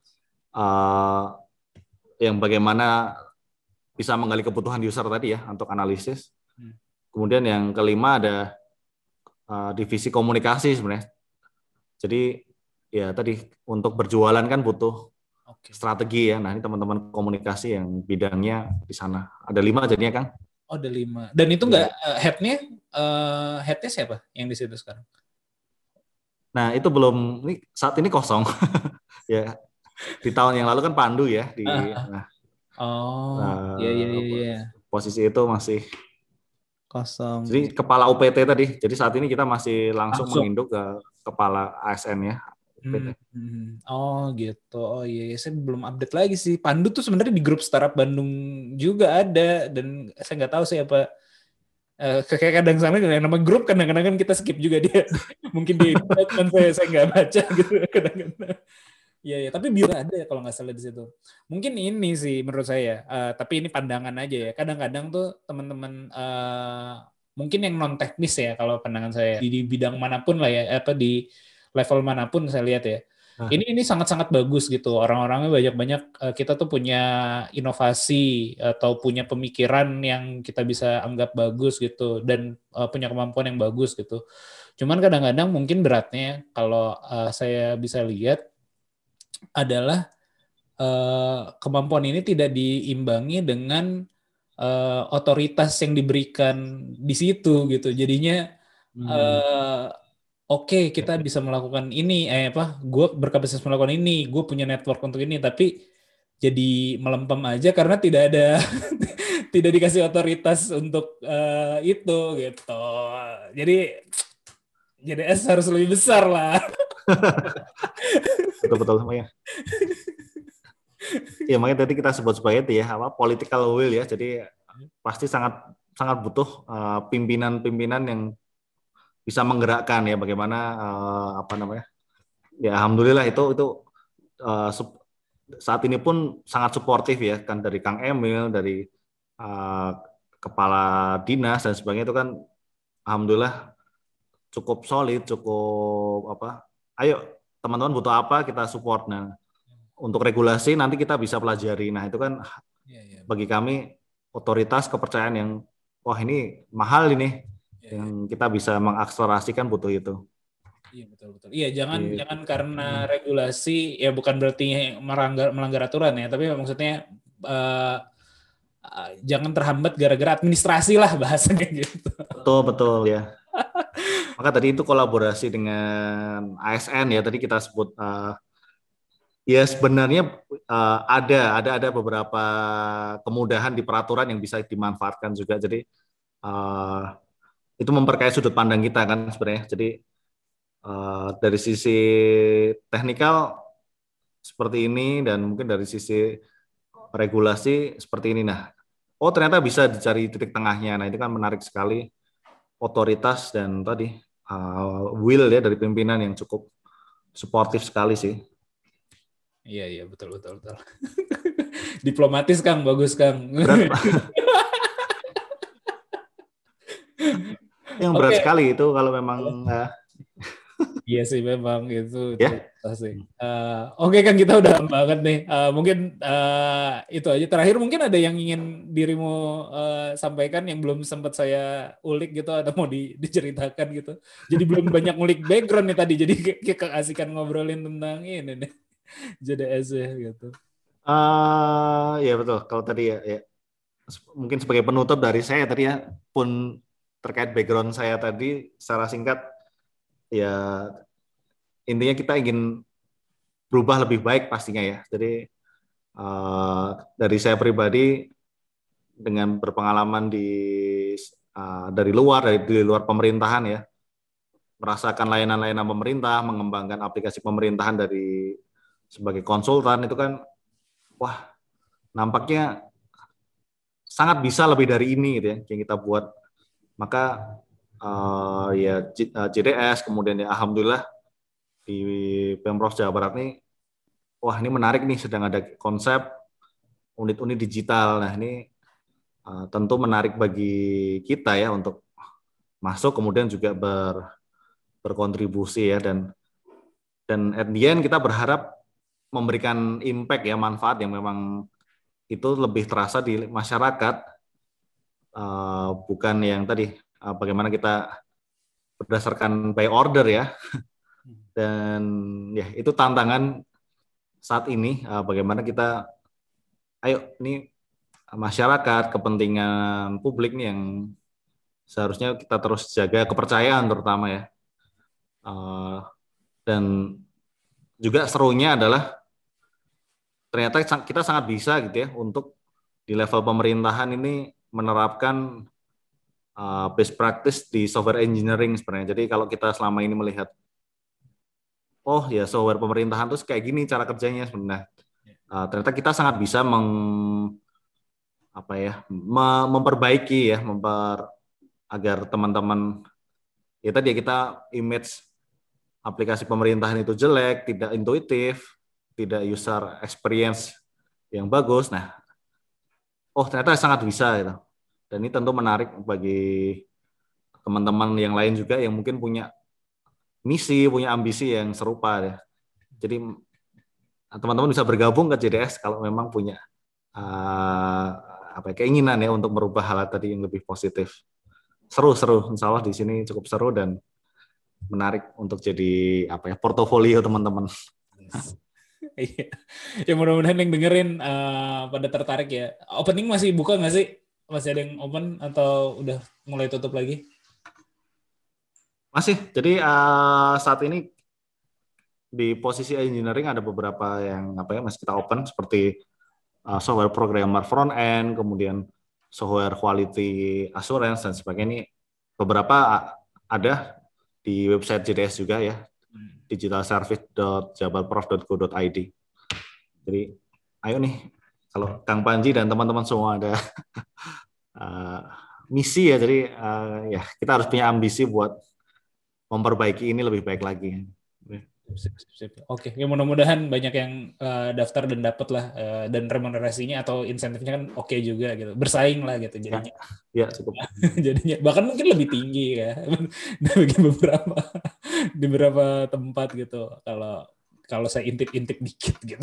yang bagaimana bisa menggali kebutuhan user tadi ya untuk analisis. Kemudian yang kelima ada divisi komunikasi sebenarnya. Jadi ya tadi untuk berjualan kan butuh strategi ya. Nah, ini teman-teman komunikasi yang bidangnya di sana. Ada 5 jadinya, Kang. Oh, ada 5. Dan itu nggak headnya siapa yang di situ sekarang? Nah, itu belum, ini saat ini kosong. Ya. Di tahun yang lalu kan Pandu ya di iya. Posisi itu masih kosong. Jadi kepala UPT tadi. Jadi saat ini kita masih langsung menginduk ke kepala ASN ya. Oh gitu. Oh iya, saya belum update lagi sih. Pandu tuh sebenarnya di grup startup Bandung juga ada, dan saya nggak tahu sih apa. Kayak kadang-kadang yang nama grup kadang-kadang kita skip juga dia. Mungkin dia saya nggak baca gitu kadang-kadang. Iya, tapi biar ada ya kalau nggak salah di situ. Mungkin ini sih menurut saya, tapi ini pandangan aja ya. Kadang-kadang tuh teman-teman mungkin yang non teknis ya kalau pandangan saya di bidang manapun lah ya, di level manapun saya lihat ya. Ini sangat-sangat bagus gitu. Orang-orangnya banyak-banyak, kita tuh punya inovasi atau punya pemikiran yang kita bisa anggap bagus gitu dan punya kemampuan yang bagus gitu. Cuman kadang-kadang mungkin beratnya kalau saya bisa lihat adalah kemampuan ini tidak diimbangi dengan otoritas yang diberikan di situ gitu. Jadinya oke, kita bisa melakukan ini, gue berkapasitas melakukan ini, gue punya network untuk ini, tapi jadi melempem aja karena tidak ada, tidak dikasih otoritas untuk itu gitu. Jadi JDS harus lebih besar lah. Betul semuanya. Ya makanya tadi kita sebut sebagai itu ya political will ya. Jadi pasti sangat butuh pimpinan-pimpinan yang bisa menggerakkan ya bagaimana ya alhamdulillah itu saat ini pun sangat suportif ya kan dari Kang Emil, dari kepala dinas dan sebagainya itu kan alhamdulillah cukup solid, cukup ayo teman-teman butuh apa kita support. Nah untuk regulasi nanti kita bisa pelajari. Nah itu kan bagi kami otoritas kepercayaan yang wah ini mahal ini yang kita bisa mengakselerasikan butuh itu. Iya betul. Iya jangan karena regulasi ya bukan berarti melanggar aturan ya, tapi maksudnya jangan terhambat gara-gara administrasi lah bahasanya gitu. Betul ya. Maka tadi itu kolaborasi dengan ASN ya tadi kita sebut ya sebenarnya ada beberapa kemudahan di peraturan yang bisa dimanfaatkan juga. Jadi itu memperkaya sudut pandang kita kan sebenarnya. Jadi dari sisi teknikal seperti ini dan mungkin dari sisi regulasi seperti ini. Nah, ternyata bisa dicari titik tengahnya. Nah, itu kan menarik sekali otoritas dan tadi will ya dari pimpinan yang cukup suportif sekali sih. Iya betul. Diplomatis Kang, bagus Kang. Yang berat sekali itu kalau memang iya sih memang itu ya. Pasti. Oke Kang, kita udah banget nih. Mungkin itu aja. Terakhir mungkin ada yang ingin dirimu sampaikan yang belum sempat saya ulik gitu atau mau diceritakan gitu. Jadi belum banyak ngulik background nih tadi. Jadi kita asik ngobrolin tentang ini nih. JDS gitu. Ya betul. Kalau tadi ya mungkin sebagai penutup dari saya tadi ya pun terkait background saya tadi secara singkat ya intinya kita ingin berubah lebih baik pastinya ya. Jadi dari saya pribadi dengan berpengalaman dari luar pemerintahan ya, merasakan layanan-layanan pemerintah, mengembangkan aplikasi pemerintahan sebagai konsultan itu kan, wah nampaknya sangat bisa lebih dari ini gitu ya yang kita buat. Maka ya JDS kemudian ya alhamdulillah di Pemprov Jawa Barat nih, wah ini menarik nih sedang ada konsep unit-unit digital. Nah ini tentu menarik bagi kita ya untuk masuk kemudian juga berkontribusi ya dan at the end kita berharap memberikan impact ya manfaat yang memang itu lebih terasa di masyarakat, bukan yang tadi bagaimana kita berdasarkan by order ya. Dan ya itu tantangan saat ini, bagaimana kita ini masyarakat, kepentingan publik nih yang seharusnya kita terus jaga kepercayaan terutama ya. Dan juga serunya adalah ternyata kita sangat bisa gitu ya untuk di level pemerintahan ini menerapkan best practice di software engineering sebenarnya. Jadi kalau kita selama ini melihat ya software pemerintahan terus kayak gini cara kerjanya sebenarnya. Ternyata kita sangat bisa memperbaiki ya, agar teman-teman ya tadi kita image aplikasi pemerintahan itu jelek, tidak intuitif, tidak user experience yang bagus. Nah, ternyata sangat bisa gitu. Dan ini tentu menarik bagi teman-teman yang lain juga yang mungkin punya misi, punya ambisi yang serupa ya. Jadi teman-teman bisa bergabung ke JDS kalau memang punya keinginan ya untuk merubah hal tadi yang lebih positif. Seru, insya Allah di sini cukup seru dan menarik untuk jadi portofolio teman-teman. Iya. Ya mudah-mudahan yang dengerin pada tertarik ya. Opening masih buka nggak sih? Masih ada yang open atau udah mulai tutup lagi? Masih. Jadi saat ini di posisi engineering ada beberapa yang masih kita open seperti software programmer front end, kemudian software quality assurance dan sebagainya. Ini beberapa ada di website JDS juga ya, digitalservice.jabarprof.go.id. Jadi ayo nih, kalau Kang Panji dan teman-teman semua ada misi ya, jadi ya kita harus punya ambisi buat memperbaiki ini lebih baik lagi. Sip. Oke, ya mudah-mudahan banyak yang daftar dan dapat lah, dan remunerasinya atau insentifnya kan oke juga gitu, bersaing lah gitu jadinya. Ya cukup. Jadinya bahkan mungkin lebih tinggi ya bagi di beberapa tempat gitu. Kalau saya intip dikit gitu.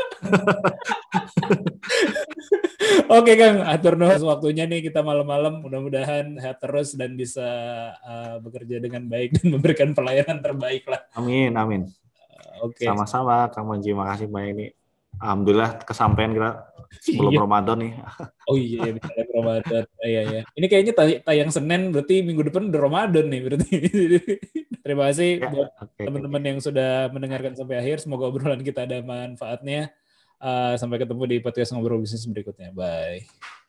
Oke Kang, atur nuhun waktunya nih, kita malam-malam mudah-mudahan sehat terus dan bisa bekerja dengan baik dan memberikan pelayanan terbaik lah. Amin. Oke. Sama-sama Kang Manji, makasih banyak ini. Alhamdulillah kesampaian kita sebelum Ramadan nih. Oh iya, bisa Ramadan. Iya. Ini kayaknya tayang Senin, berarti minggu depan udah Ramadan nih berarti. Terima kasih buat teman-teman yang sudah mendengarkan sampai akhir. Semoga obrolan kita ada manfaatnya. Sampai ketemu di podcast Ngobrol Bisnis berikutnya. Bye.